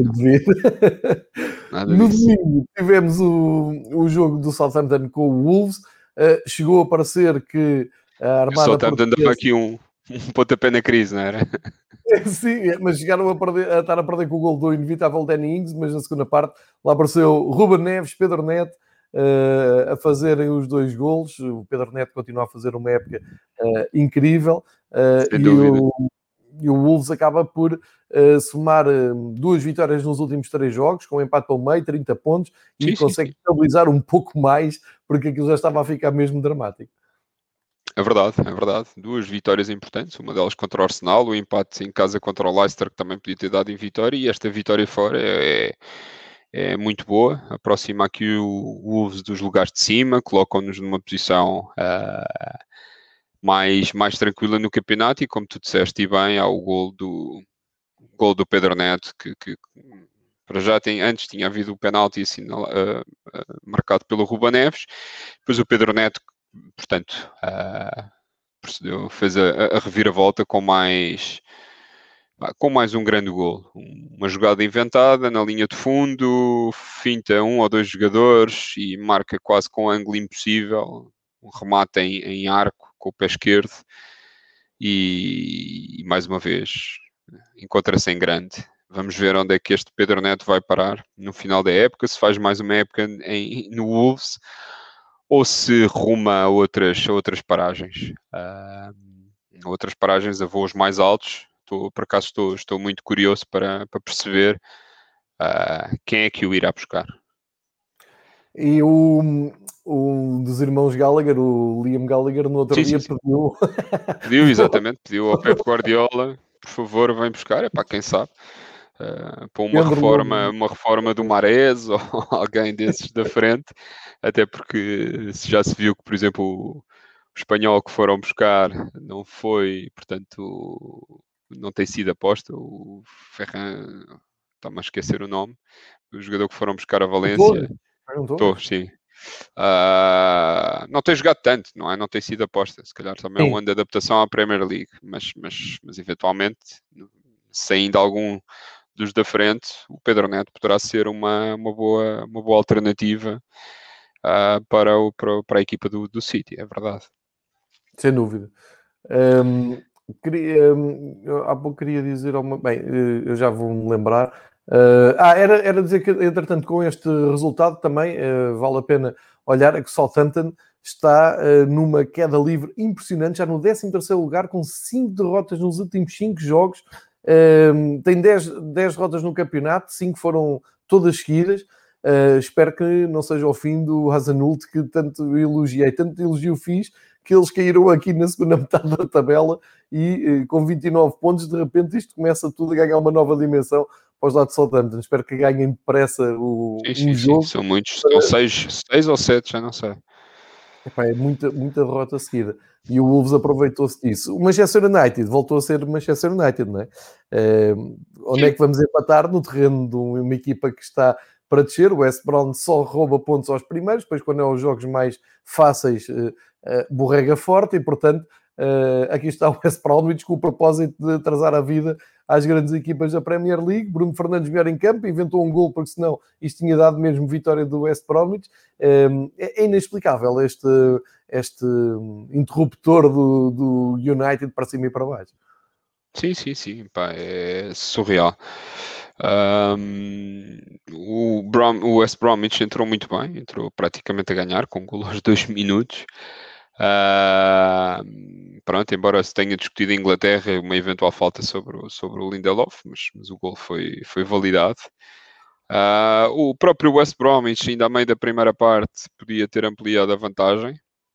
Nada no disso. domingo tivemos o jogo do Southampton com o Wolves. Chegou a parecer que a Armada... O Southampton dava aqui um pontapé na crise, não era? Sim, mas chegaram a estar a perder com o gol do inevitável Danny Ings, mas na segunda parte lá apareceu Ruben Neves, Pedro Neto, a fazerem os 2 golos. O Pedro Neto continua a fazer uma época incrível, Sem dúvida. E o Wolves acaba por somar 2 vitórias nos últimos 3 jogos, com um empate para o meio, 30 pontos, e consegue estabilizar um pouco mais, porque aquilo já estava a ficar mesmo dramático. É verdade. 2 vitórias importantes, uma delas contra o Arsenal, o empate em casa contra o Leicester, que também podia ter dado em vitória, e esta vitória fora é muito boa. Aproxima aqui o Wolves dos lugares de cima, colocam-nos numa posição mais tranquila no campeonato, e como tu disseste, e bem, há o gol do Pedro Neto, que para já antes tinha havido o penalti marcado pelo Ruben Neves, depois o Pedro Neto, portanto, fez a reviravolta com mais um grande gol. Uma jogada inventada na linha de fundo, finta 1 ou 2 jogadores e marca quase com um ângulo impossível, um remate em arco com o pé esquerdo, e mais uma vez encontra-se em grande. Vamos ver onde é que este Pedro Neto vai parar no final da época, se faz mais uma época no Wolves ou se ruma a outras paragens. Outras paragens a voos mais altos. Por acaso estou muito curioso para perceber quem é que o irá buscar. E o dos irmãos Gallagher, o Liam Gallagher, no outro dia pediu... Pediu, exatamente, pediu ao Pep Guardiola, por favor, vem buscar, é para quem sabe. Para uma reforma do Mahrez ou alguém desses da frente, até porque já se viu que, por exemplo, o espanhol que foram buscar não foi, portanto, não tem sido aposta. O Ferran, está-me a esquecer o nome, o jogador que foram buscar a Valência. Estou, sim. Não tem jogado tanto, não é? Não tem sido aposta. Se calhar também é um ano de adaptação à Premier League, mas eventualmente, se ainda algum dos da frente, o Pedro Neto poderá ser uma boa alternativa para a equipa do City, é verdade. Sem dúvida. Há pouco queria dizer bem, eu já vou-me lembrar. Era dizer que, entretanto, com este resultado também vale a pena olhar que o Southampton está numa queda livre impressionante, já no 13º lugar, com 5 derrotas nos últimos 5 jogos. Tem 10 derrotas no campeonato, 5 foram todas seguidas. Espero que não seja o fim do Hasenhüttl, que tanto elogio fiz, que eles caíram aqui na segunda metade da tabela e com 29 pontos, de repente isto começa tudo a ganhar uma nova dimensão para os lados de Southampton. Espero que ganhem depressa jogo. Sim, são muitos, são 6 ou 7, já não sei. É muita derrota seguida. E o Wolves aproveitou-se disso. O Manchester United voltou a ser Manchester United, não é? Onde é que vamos empatar? No terreno de uma equipa que está para descer. O West Brom só rouba pontos aos primeiros, depois quando é os jogos mais fáceis borrega forte e, portanto, aqui está o West Bromwich com o propósito de atrasar a vida às grandes equipas da Premier League. Bruno Fernandes melhor em campo, inventou um gol porque senão isto tinha dado mesmo vitória do West Bromwich. É inexplicável este interruptor do United para cima e para baixo. Sim, pá, é surreal. O West Bromwich entrou muito bem, entrou praticamente a ganhar com um gol aos 2 minutos. Pronto, embora se tenha discutido em Inglaterra uma eventual falta sobre o Lindelof, mas o gol foi validado. O próprio West Bromwich, ainda a meio da primeira parte, podia ter ampliado a vantagem.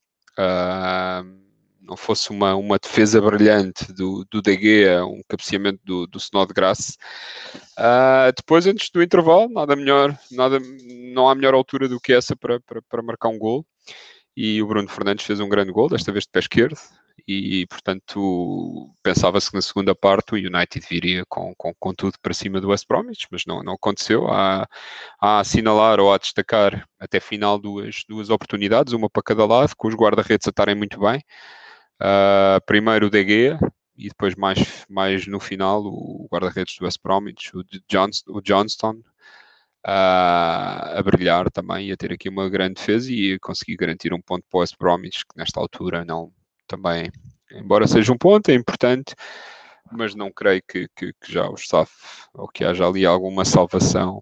Não fosse uma defesa brilhante do De Gea, um cabeceamento do Snodgrass. Depois, antes do intervalo, não há melhor altura do que essa para marcar um gol. E o Bruno Fernandes fez um grande gol, desta vez de pé esquerdo, e portanto pensava-se que na segunda parte o United viria com tudo para cima do West Bromwich, mas não aconteceu. Há a assinalar ou a destacar até final duas oportunidades, uma para cada lado, com os guarda-redes a estarem muito bem. Primeiro o De Gea e depois mais no final o guarda-redes do West Bromwich, o Johnston, a brilhar também e a ter aqui uma grande defesa e conseguir garantir um ponto para o West Bromwich, que nesta altura também, embora seja um ponto, é importante, mas não creio que já os safe ou que haja ali alguma salvação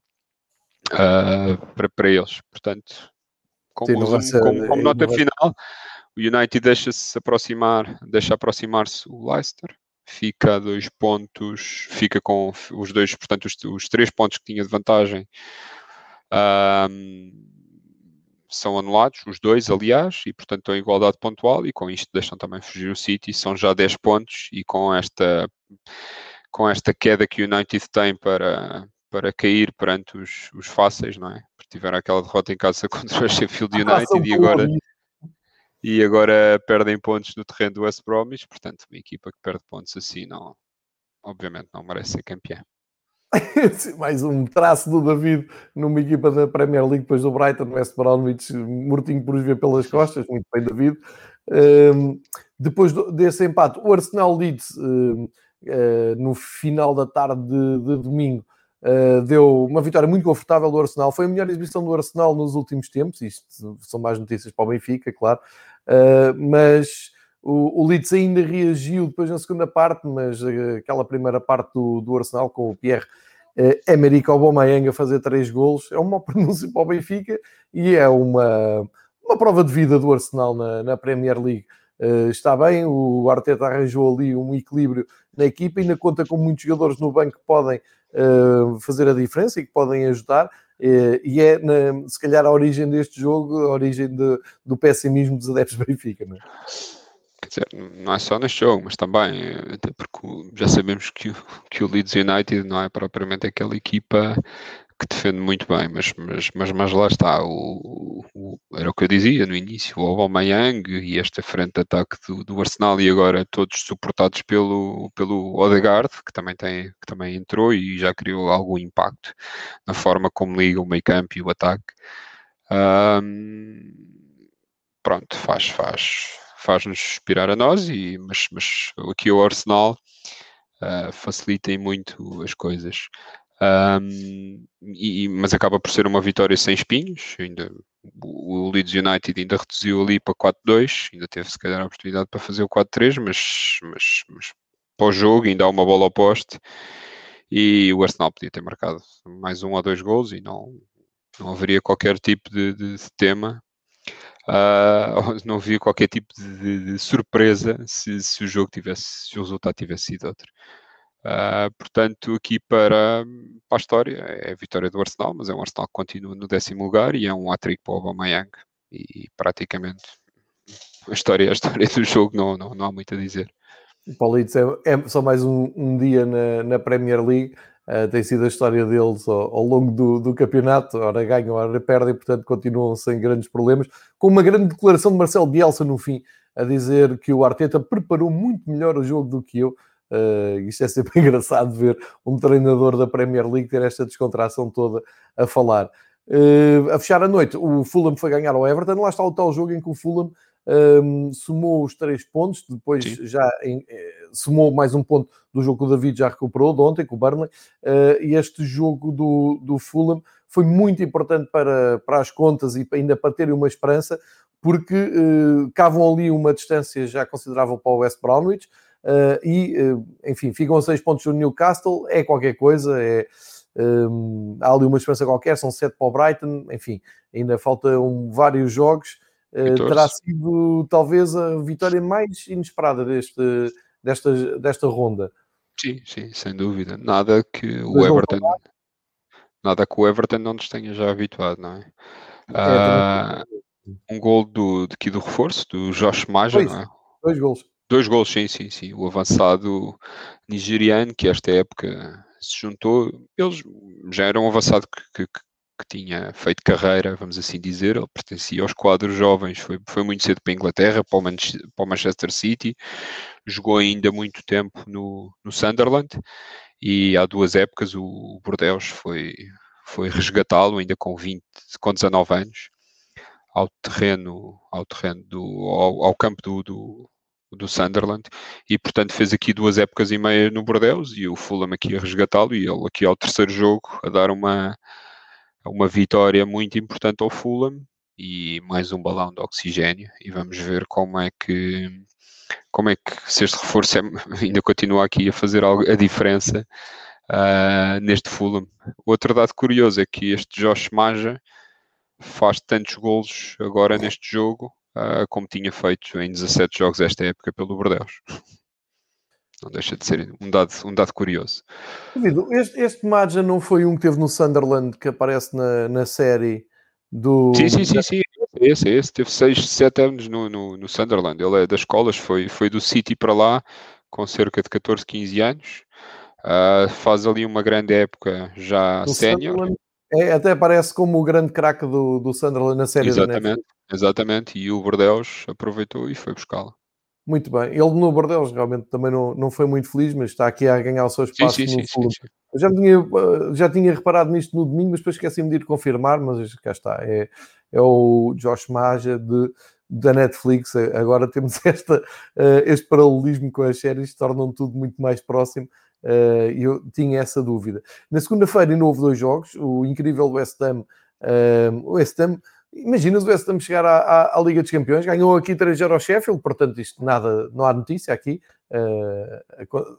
para eles. Portanto, como nota final, o United deixa aproximar-se o Leicester, fica a 2 pontos, fica com os dois, portanto, os 3 pontos que tinha de vantagem são anulados, os 2, aliás, e portanto estão em igualdade pontual, e com isto deixam também fugir o City, são já 10 pontos, e com esta queda que o United tem para cair perante os fáceis, não é? Porque tiveram aquela derrota em casa contra o Sheffield United e agora perdem pontos no terreno do West Bromwich, portanto, uma equipa que perde pontos assim, obviamente não merece ser campeã. Mais um traço do David numa equipa da Premier League, depois do Brighton, West Bromwich, mortinho por os ver pelas costas. Muito bem, David. Depois desse empate, o Arsenal Leeds, no final da tarde de domingo, deu uma vitória muito confortável do Arsenal. Foi a melhor exibição do Arsenal nos últimos tempos. Isto são mais notícias para o Benfica, claro. Mas o Leeds ainda reagiu depois na segunda parte, mas aquela primeira parte do Arsenal com o Pierre Emerick Aubameyang a fazer 3 golos, é uma pronúncia para o Benfica e é uma prova de vida do Arsenal na Premier League. Está bem, o Arteta arranjou ali um equilíbrio na equipa, ainda conta com muitos jogadores no banco que podem fazer a diferença e que podem ajudar, e é se calhar a origem deste jogo, a origem do pessimismo dos adeptos do Benfica, não é? Quer dizer, não é só neste jogo, mas também, até porque já sabemos que o Leeds United não é propriamente aquela equipa que defende muito bem, mas lá está, era o que eu dizia no início, o Aubameyang e esta frente de ataque do Arsenal, e agora todos suportados pelo Odegaard, que também entrou e já criou algum impacto na forma como liga o meio campo e o ataque. Pronto, faz-nos suspirar a nós, mas aqui o Arsenal facilita muito as coisas. Mas acaba por ser uma vitória sem espinhos. O Leeds United ainda reduziu ali para 4-2, ainda teve se calhar a oportunidade para fazer o 4-3, mas para o jogo ainda há uma bola ao poste e o Arsenal podia ter marcado mais 1 ou 2 golos e não haveria qualquer tipo de tema. Não havia qualquer tipo de surpresa se o resultado tivesse sido outro. Portanto, aqui para a história é a vitória do Arsenal, mas é um Arsenal que continua no 10º lugar e é um hat-trick para o Aubameyang, e praticamente a história do jogo não há muito a dizer. Para o Leeds é só mais um dia na Premier League. Tem sido a história deles ao longo do campeonato, ora ganham, ora perdem, portanto continuam sem grandes problemas, com uma grande declaração de Marcelo Bielsa no fim, a dizer que o Arteta preparou muito melhor o jogo do que eu. Isto é sempre engraçado ver um treinador da Premier League ter esta descontração toda a falar. A fechar a noite, o Fulham foi ganhar ao Everton. Lá está o tal jogo em que o Fulham somou os 3 pontos, depois somou mais um ponto do jogo que o David já recuperou de ontem, com o Burnley, e este jogo do Fulham foi muito importante para as contas e ainda para terem uma esperança, porque cavam ali uma distância já considerável para o West Bromwich, enfim, ficam a 6 pontos do Newcastle, é qualquer coisa, há ali uma esperança qualquer, são 7 para o Brighton, enfim, ainda faltam vários jogos. Terá sido talvez a vitória mais inesperada desta ronda. Sim, sem dúvida. Nada que o Everton não nos tenha já habituado, não é? Um gol do reforço, do Josh Maja, não é? 2 golos. 2 golos, sim. O avançado nigeriano, que esta época se juntou, eles já eram um avançado que tinha feito carreira, vamos assim dizer. Ele pertencia aos quadros jovens, foi muito cedo para a Inglaterra, para o Manchester City, jogou ainda muito tempo no Sunderland, e há 2 épocas o Bordeaux foi resgatá-lo, ainda com 19 anos, ao campo do Sunderland, e portanto fez aqui 2 épocas e meia no Bordeaux, e o Fulham aqui a resgatá-lo, e ele aqui ao 3º jogo a dar uma vitória muito importante ao Fulham e mais um balão de oxigênio, e vamos ver como é que se este reforço ainda continua aqui a fazer a diferença neste Fulham. Outro dado curioso é que este Josh Maja faz tantos golos agora neste jogo como tinha feito em 17 jogos esta época pelo Bordeaux. Não deixa de ser um dado curioso. Este Maja não foi um que teve no Sunderland, que aparece na série do... Sim. Esse teve 6, 7 anos no Sunderland. Ele é das escolas, foi do City para lá com cerca de 14, 15 anos. Faz ali uma grande época já sénior. Até aparece como o grande craque do Sunderland na série da Netflix. Exatamente, e o Bordeaux aproveitou e foi buscá-lo. Muito bem. Ele no Bordeaux realmente também não foi muito feliz, mas está aqui a ganhar o seu espaço no Fulham. Eu já tinha reparado nisto no domingo, mas depois esqueci-me de ir confirmar, mas cá está. É o Josh Maja da Netflix. Agora temos este paralelismo com as séries, tornam tudo muito mais próximo. Eu tinha essa dúvida. Na segunda-feira ainda houve 2 jogos. O incrível West Ham. Imaginas o West Ham chegar à Liga dos Campeões, ganhou aqui 3-0 ao Sheffield, portanto isto nada, não há notícia aqui.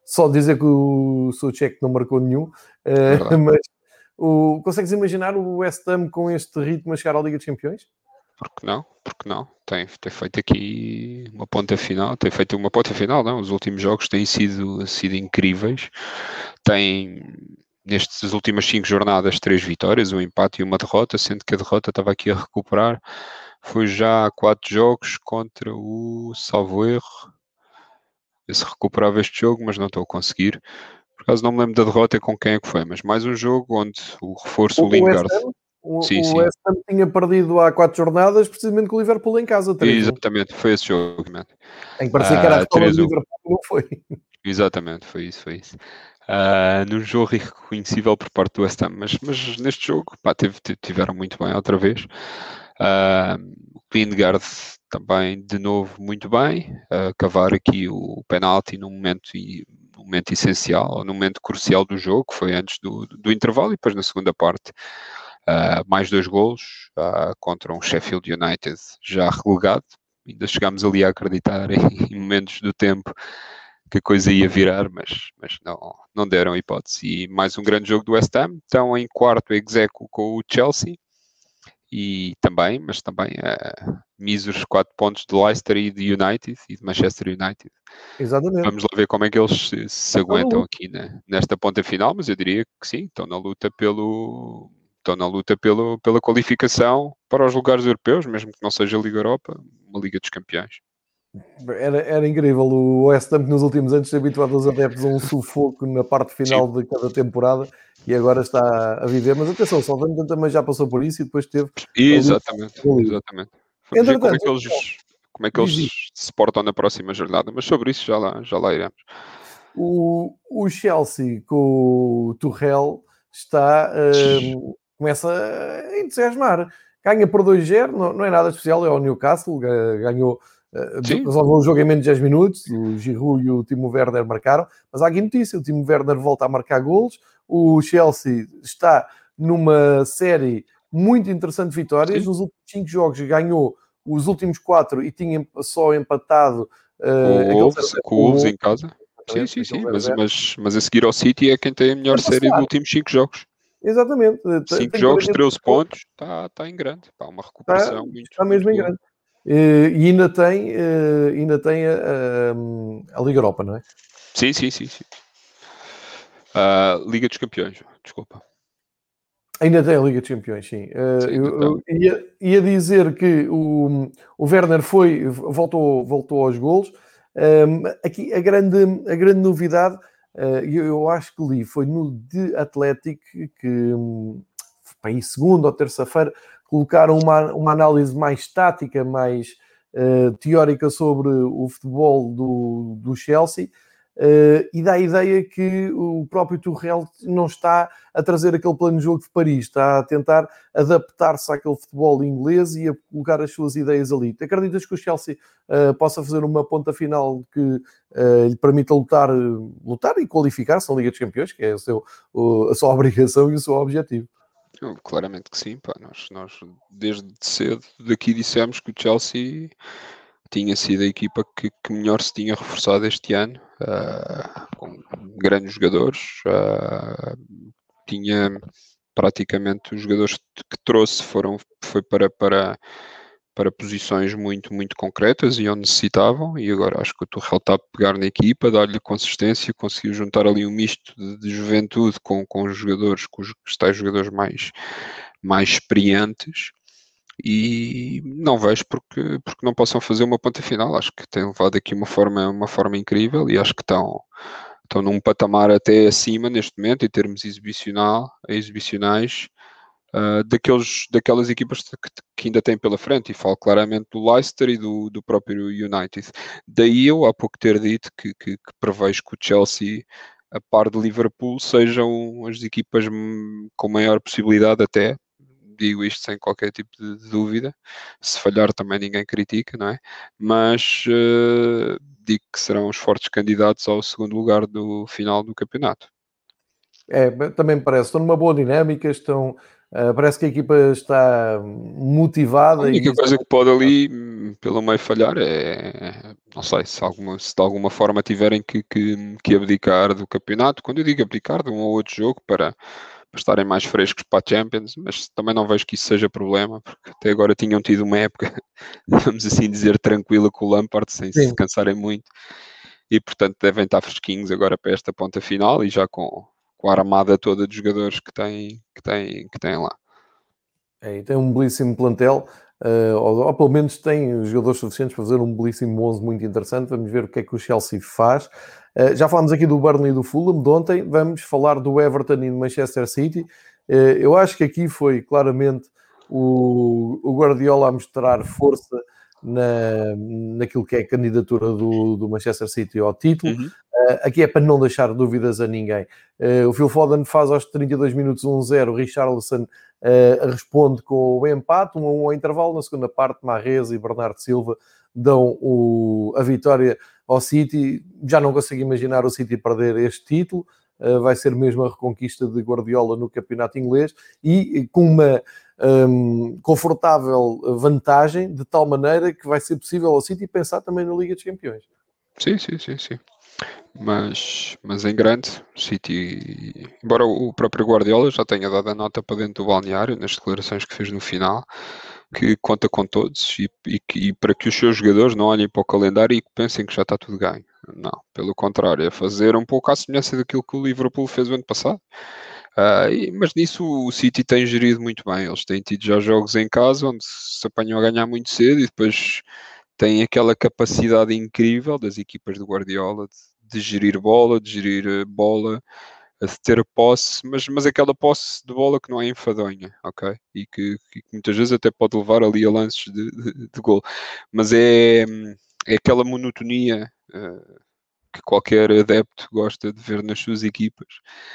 Só dizer que o Souček não marcou nenhum, mas consegues imaginar o West Ham com este ritmo a chegar à Liga dos Campeões? Porque não? Porque não? Tem feito aqui uma ponta final, tem feito uma ponta final, não? Os últimos jogos têm sido incríveis. Tem, nestas últimas 5 jornadas, 3 vitórias, um empate e uma derrota, sendo que a derrota estava aqui a recuperar. Foi já 4 jogos contra o, salvo erro, eu se recuperava este jogo, mas não estou a conseguir. Por acaso não me lembro da derrota com quem é que foi, mas mais um jogo onde o reforço, o Lingard. O West Ham tinha perdido há 4 jornadas, precisamente com o Liverpool em casa. 3-1. Exatamente, foi esse jogo. Em que parecia que era a vitória do Liverpool, não foi. Exatamente, foi isso. Num jogo irreconhecível por parte do West Ham, mas neste jogo pá, tiveram muito bem outra vez. O Lingard também de novo muito bem, cavar aqui o penalti num momento essencial, num momento crucial do jogo, que foi antes do intervalo, e depois na segunda parte mais 2 golos contra um Sheffield United já relegado. Ainda chegámos ali a acreditar em momentos do tempo que a coisa ia virar, mas não deram hipótese. E mais um grande jogo do West Ham. Estão em quarto ex-aequo com o Chelsea, e também míseros 4 pontos de Leicester e de United e de Manchester United. Exatamente. Vamos lá ver como é que eles se aguentam aqui nesta ponta final, mas eu diria que sim, estão na luta pela qualificação para os lugares europeus, mesmo que não seja a Liga Europa, uma Liga dos Campeões. Era incrível o West Ham, que nos últimos anos se habituado aos adeptos a um sufoco na parte final de cada temporada, e agora está a viver. Mas atenção, o Southampton também já passou por isso e depois teve... Exatamente. Vamos ver como é que eles se portam na próxima jornada, mas sobre isso já lá iremos. O Chelsea com o Tuchel começa a entusiasmar. Ganha por 2-0, não é nada especial, é o Newcastle, ganhou, resolveu o jogo em menos de 10 minutos, o Giroud e o Timo Werner marcaram, mas há aqui notícia, o Timo Werner volta a marcar golos, o Chelsea está numa série muito interessante de vitórias, nos últimos 5 jogos ganhou os últimos 4 e tinha só empatado com o Wolves em casa. Sim, mas a seguir ao City é quem tem a melhor série dos últimos 5 jogos. Exatamente. 5 jogos, 13 pontos, está em grande. Está uma recuperação está mesmo em grande. E ainda tem a Liga Europa, não é? Sim. Liga dos Campeões, desculpa. Ainda tem a Liga dos Campeões, sim. Eu ia dizer que o Werner voltou aos golos. Aqui a grande novidade, eu acho que li, foi no The Athletic, que aí segunda ou terça-feira colocaram uma análise mais tática, mais teórica sobre o futebol do Chelsea, e dá a ideia que o próprio Tuchel não está a trazer aquele plano de jogo de Paris, está a tentar adaptar-se àquele futebol inglês e a colocar as suas ideias ali. Acreditas que o Chelsea possa fazer uma ponta final que lhe permita lutar e qualificar-se na Liga dos Campeões, que é a sua obrigação e o seu objetivo? Claramente que sim, pá. Nós desde cedo daqui dissemos que o Chelsea tinha sido a equipa que melhor se tinha reforçado este ano, com grandes jogadores, tinha praticamente os jogadores que trouxe foi para posições muito, muito concretas e onde necessitavam, e agora acho que o Tuchel está a pegar na equipa, dar-lhe consistência, conseguiu juntar ali um misto de juventude com os jogadores, com os tais jogadores mais experientes, e não vejo porque não possam fazer uma ponta final. Acho que têm levado aqui uma forma incrível, e acho que estão num patamar até acima neste momento em termos exibicionais, daquelas equipas que ainda têm pela frente, e falo claramente do Leicester e do próprio United. Daí eu há pouco ter dito que prevejo que o Chelsea, a par de Liverpool, sejam as equipas com maior possibilidade, até digo isto sem qualquer tipo de dúvida, se falhar também ninguém critica, não é? Mas digo que serão os fortes candidatos ao segundo lugar do final do campeonato. Também me parece, estão numa boa dinâmica, estão Parece que a equipa está motivada. A única coisa que pode ali, pelo meio, falhar não sei, se de alguma forma tiverem que abdicar do campeonato. Quando eu digo abdicar de um ou outro jogo para estarem mais frescos para a Champions, mas também não vejo que isso seja problema, porque até agora tinham tido uma época, vamos assim dizer, tranquila com o Lampard, sem se cansarem muito, e portanto devem estar fresquinhos agora para esta ponta final e já com a armada toda de jogadores que têm lá. E tem um belíssimo plantel, ou pelo menos tem jogadores suficientes para fazer um belíssimo 11 muito interessante. Vamos ver o que é que o Chelsea faz. Já falámos aqui do Burnley e do Fulham de ontem, vamos falar do Everton e do Manchester City. Eu acho que aqui foi claramente o Guardiola a mostrar força naquilo que é a candidatura do Manchester City ao título. Aqui é para não deixar dúvidas a ninguém. O Phil Foden faz aos 32 minutos 1-0, Richarlison responde com o empate, 1-1 ao intervalo. Na segunda parte, Mahrez e Bernardo Silva dão a vitória ao City. Já não consigo imaginar o City perder este título. Vai ser mesmo a reconquista de Guardiola no campeonato inglês e com uma confortável vantagem, de tal maneira que vai ser possível ao City pensar também na Liga dos Campeões. Sim. Mas em grande, o City, embora o próprio Guardiola já tenha dado a nota para dentro do balneário, nas declarações que fez no final, que conta com todos e para que os seus jogadores não olhem para o calendário e que pensem que já está tudo ganho. Não, pelo contrário, é fazer um pouco à semelhança daquilo que o Liverpool fez o ano passado. Mas nisso o City tem gerido muito bem. Eles têm tido já jogos em casa onde se apanham a ganhar muito cedo e depois têm aquela capacidade incrível das equipas do Guardiola de gerir bola, de ter a posse, mas aquela posse de bola que não é enfadonha, ok? E que muitas vezes até pode levar ali a lances de gol. Mas é aquela monotonia que qualquer adepto gosta de ver nas suas equipas.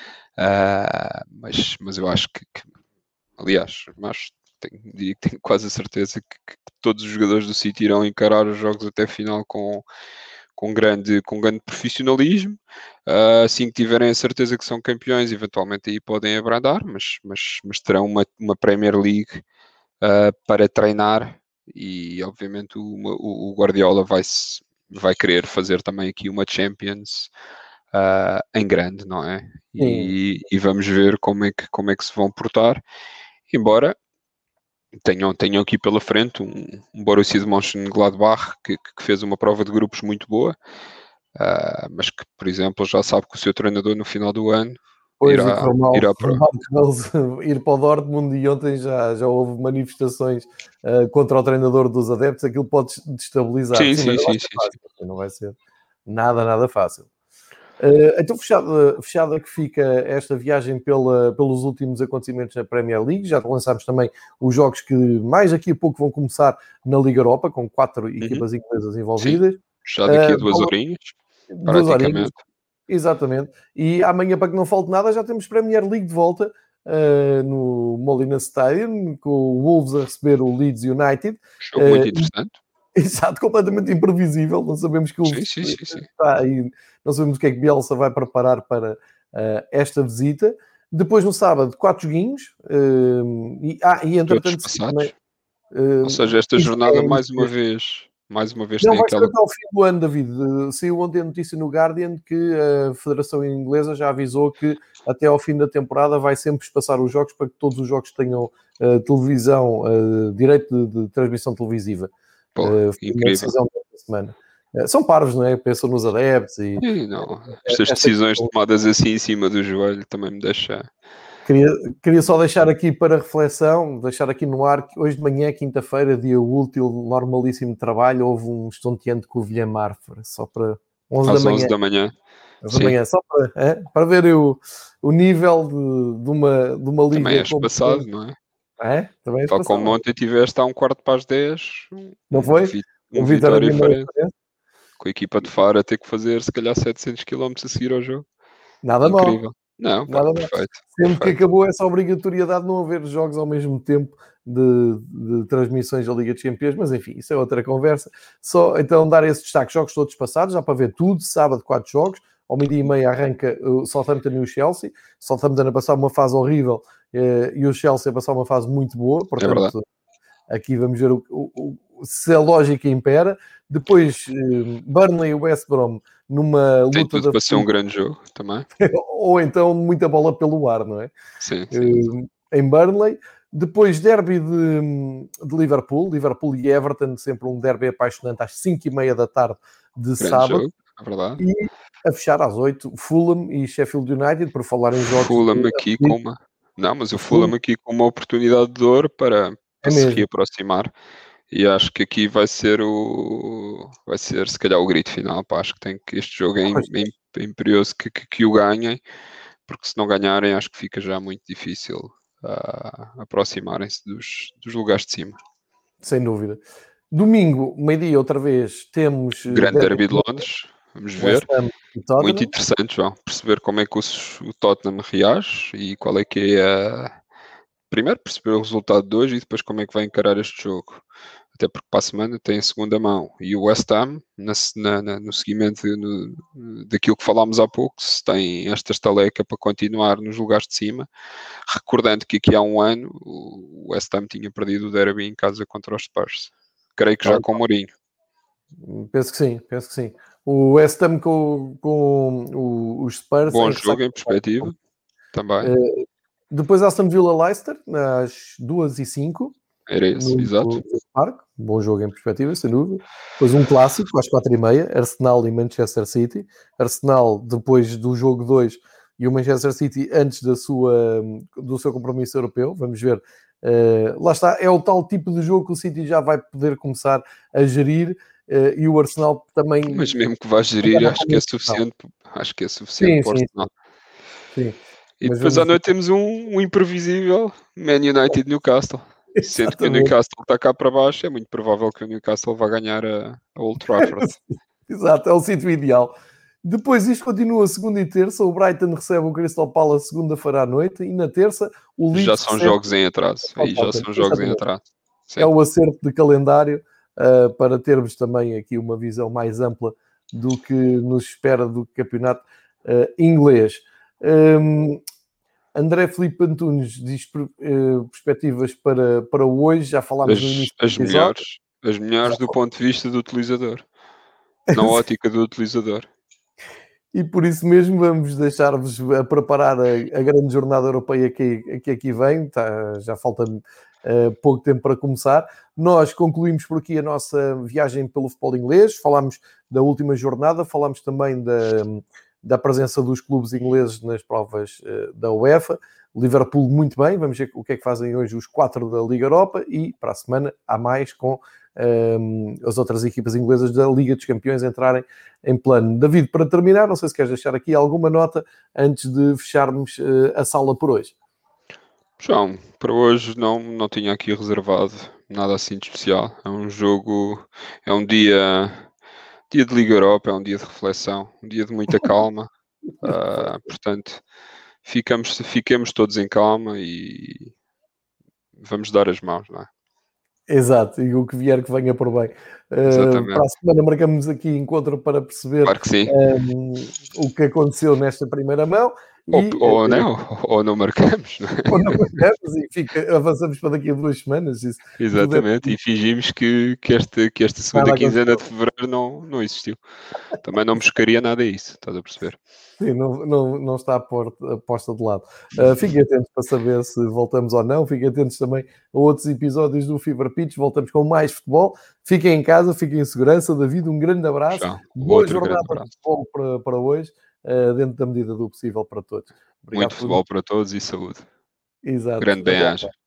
Mas eu acho que aliás, diria que tenho quase a certeza que todos os jogadores do City irão encarar os jogos até a final com grande profissionalismo. Assim que tiverem a certeza que são campeões, eventualmente aí podem abrandar, mas terão uma Premier League para treinar e obviamente o Guardiola vai querer fazer também aqui uma Champions em grande, não é? E vamos ver como é que se vão portar, embora tenham aqui pela frente um Borussia de Mönchengladbach que fez uma prova de grupos muito boa, mas que, por exemplo, já sabe que o seu treinador no final do ano irá para ir para o Dortmund, e ontem já houve manifestações contra o treinador dos adeptos. Aquilo pode destabilizar. Sim. Não vai ser nada fácil. Então, fechada que fica esta viagem pelos últimos acontecimentos na Premier League. Já lançámos também os jogos que mais daqui a pouco vão começar na Liga Europa, com 4 equipas inglesas envolvidas. Sim. Já daqui a 2 horinhas, praticamente. Exatamente. E amanhã, para que não falte nada, já temos Premier League de volta no Molineux Stadium, com o Wolves a receber o Leeds United. Jogo muito interessante. Exato, completamente imprevisível. Não sabemos que o está aí, não sabemos o que é que Bielsa vai preparar para esta visita. Depois, no sábado, 4 joguinhos. E entretanto, também, ou seja, esta jornada mais uma vez não vai ser até ao fim do ano, David. Saiu ontem a notícia no Guardian que a Federação Inglesa já avisou que até ao fim da temporada vai sempre espaçar os jogos para que todos os jogos tenham televisão, direito de transmissão televisiva. Incrível. Semana. São parvos, não é? Pensam nos adeptos e... não. Estas decisões tomadas assim em cima do joelho também me deixa... Queria só deixar aqui para reflexão, deixar aqui no ar que hoje de manhã, quinta-feira, dia útil, normalíssimo de trabalho, houve um estonteante com o William Marfer, só para 11 da manhã. Só para ver o nível de uma liga... Também és passado, não é? Também tal como ontem tiveste a 11:15, não foi? Vitória diferente, com a equipa de Faro a ter que fazer se calhar 700 km a seguir ao jogo. Nada incrível. Mal. Não, nada perfeito. Sempre que acabou essa obrigatoriedade de não haver jogos ao mesmo tempo de transmissões da Liga dos Campeões, mas enfim, isso é outra conversa. Só então dar esse destaque, jogos todos passados, já para ver tudo. Sábado 4 jogos, ao 12:30 arranca o Southampton e o Chelsea. Southampton a passar uma fase horrível e o Chelsea a passar uma fase muito boa, É verdade. portanto, aqui vamos ver se a lógica impera. Depois, Burnley e West Brom numa Tem luta tudo para ser um grande jogo também. ou então muita bola pelo ar, não é? Sim, sim. Em Burnley. Depois, derby de Liverpool e Everton, sempre um derby apaixonante às 5h30 da tarde de Grande sábado. jogo, é verdade. E a fechar às 8, Fulham e Sheffield United, por falar em jogos. Fulham aqui com uma. Não, mas o Fulham aqui com uma oportunidade de ouro para se reaproximar. E acho que aqui vai ser se calhar o grito final. Pá, acho que tem que este jogo é imperioso que o ganhem, porque se não ganharem acho que fica já muito difícil aproximarem-se dos lugares de cima. Sem dúvida. Domingo, meio-dia, outra vez, temos... Grande derby de Londres, vamos ver. Muito interessante, João, perceber como é que o Tottenham reage e qual é que é primeiro perceber o resultado de hoje e depois como é que vai encarar este jogo. Até porque para a semana tem a segunda mão. E o West Ham, no seguimento daquilo que falámos há pouco, se tem esta estaleca para continuar nos lugares de cima. Recordando que aqui há um ano o West Ham tinha perdido o derby em casa contra os Spurs. Creio que já com o Mourinho. Penso que sim. O West Ham com os Spurs... Bom jogo em perspectiva, também. Depois Aston Villa-Leicester, às 2h05. Era esse, exato. Parque. Bom jogo em perspectiva, sem dúvida. Depois um clássico, às 4h30, Arsenal e Manchester City. Arsenal, depois do jogo 2, e o Manchester City antes do seu compromisso europeu. Vamos ver. Lá está, é o tal tipo de jogo que o City já vai poder começar a gerir, e o Arsenal também... Mas mesmo que vá gerir, acho que é suficiente. Acho que é suficiente para o Arsenal. Sim. E depois à noite temos um imprevisível Man United Newcastle. Sendo que o Newcastle está cá para baixo, é muito provável que o Newcastle vá ganhar a Old Trafford. Exato, é o sítio ideal. Depois isto continua segunda e terça. O Brighton recebe o Crystal Palace segunda-feira à noite. E na terça o Leeds já são jogos em atraso. Aí já são jogos em atraso. Sim. É o acerto de calendário para termos também aqui uma visão mais ampla do que nos espera do campeonato inglês. André Filipe Antunes diz perspectivas para hoje. Já falámos no início do episódio. As melhores do ponto de vista do utilizador. Na ótica do utilizador. E por isso mesmo vamos deixar-vos a preparar a grande jornada europeia que aqui vem. Já falta pouco tempo para começar. Nós concluímos por aqui a nossa viagem pelo futebol inglês. Falámos da última jornada, falámos também da presença dos clubes ingleses nas provas da UEFA. Liverpool muito bem, vamos ver o que é que fazem hoje os 4 da Liga Europa, e para a semana há mais com as outras equipas inglesas da Liga dos Campeões entrarem em plano. David, para terminar, não sei se queres deixar aqui alguma nota antes de fecharmos a sala por hoje. João, para hoje não tinha aqui reservado nada assim de especial. É um jogo, é um dia de Liga Europa, é um dia de reflexão, um dia de muita calma. Portanto, fiquemos todos em calma e vamos dar as mãos, não é? Exato, e o que vier que venha por bem. Para a semana marcamos aqui encontro para perceber claro que sim. O que aconteceu nesta primeira mão. Ou não marcamos. Não é? Ou não marcamos e avançamos para daqui a 2 semanas. Isso, exatamente, e fingimos que esta segunda quinzena de fevereiro não existiu. Também não me chocaria nada a isso, estás a perceber? Sim, não está posta de lado. Fiquem atentos para saber se voltamos ou não. Fiquem atentos também a outros episódios do Fever Pitch. Voltamos com mais futebol. Fiquem em casa, fiquem em segurança. David, um grande abraço. Boa jornada de futebol para hoje, dentro da medida do possível para todos. Obrigado. Muito futebol para todos e saúde. Exato. Grande bem-aja.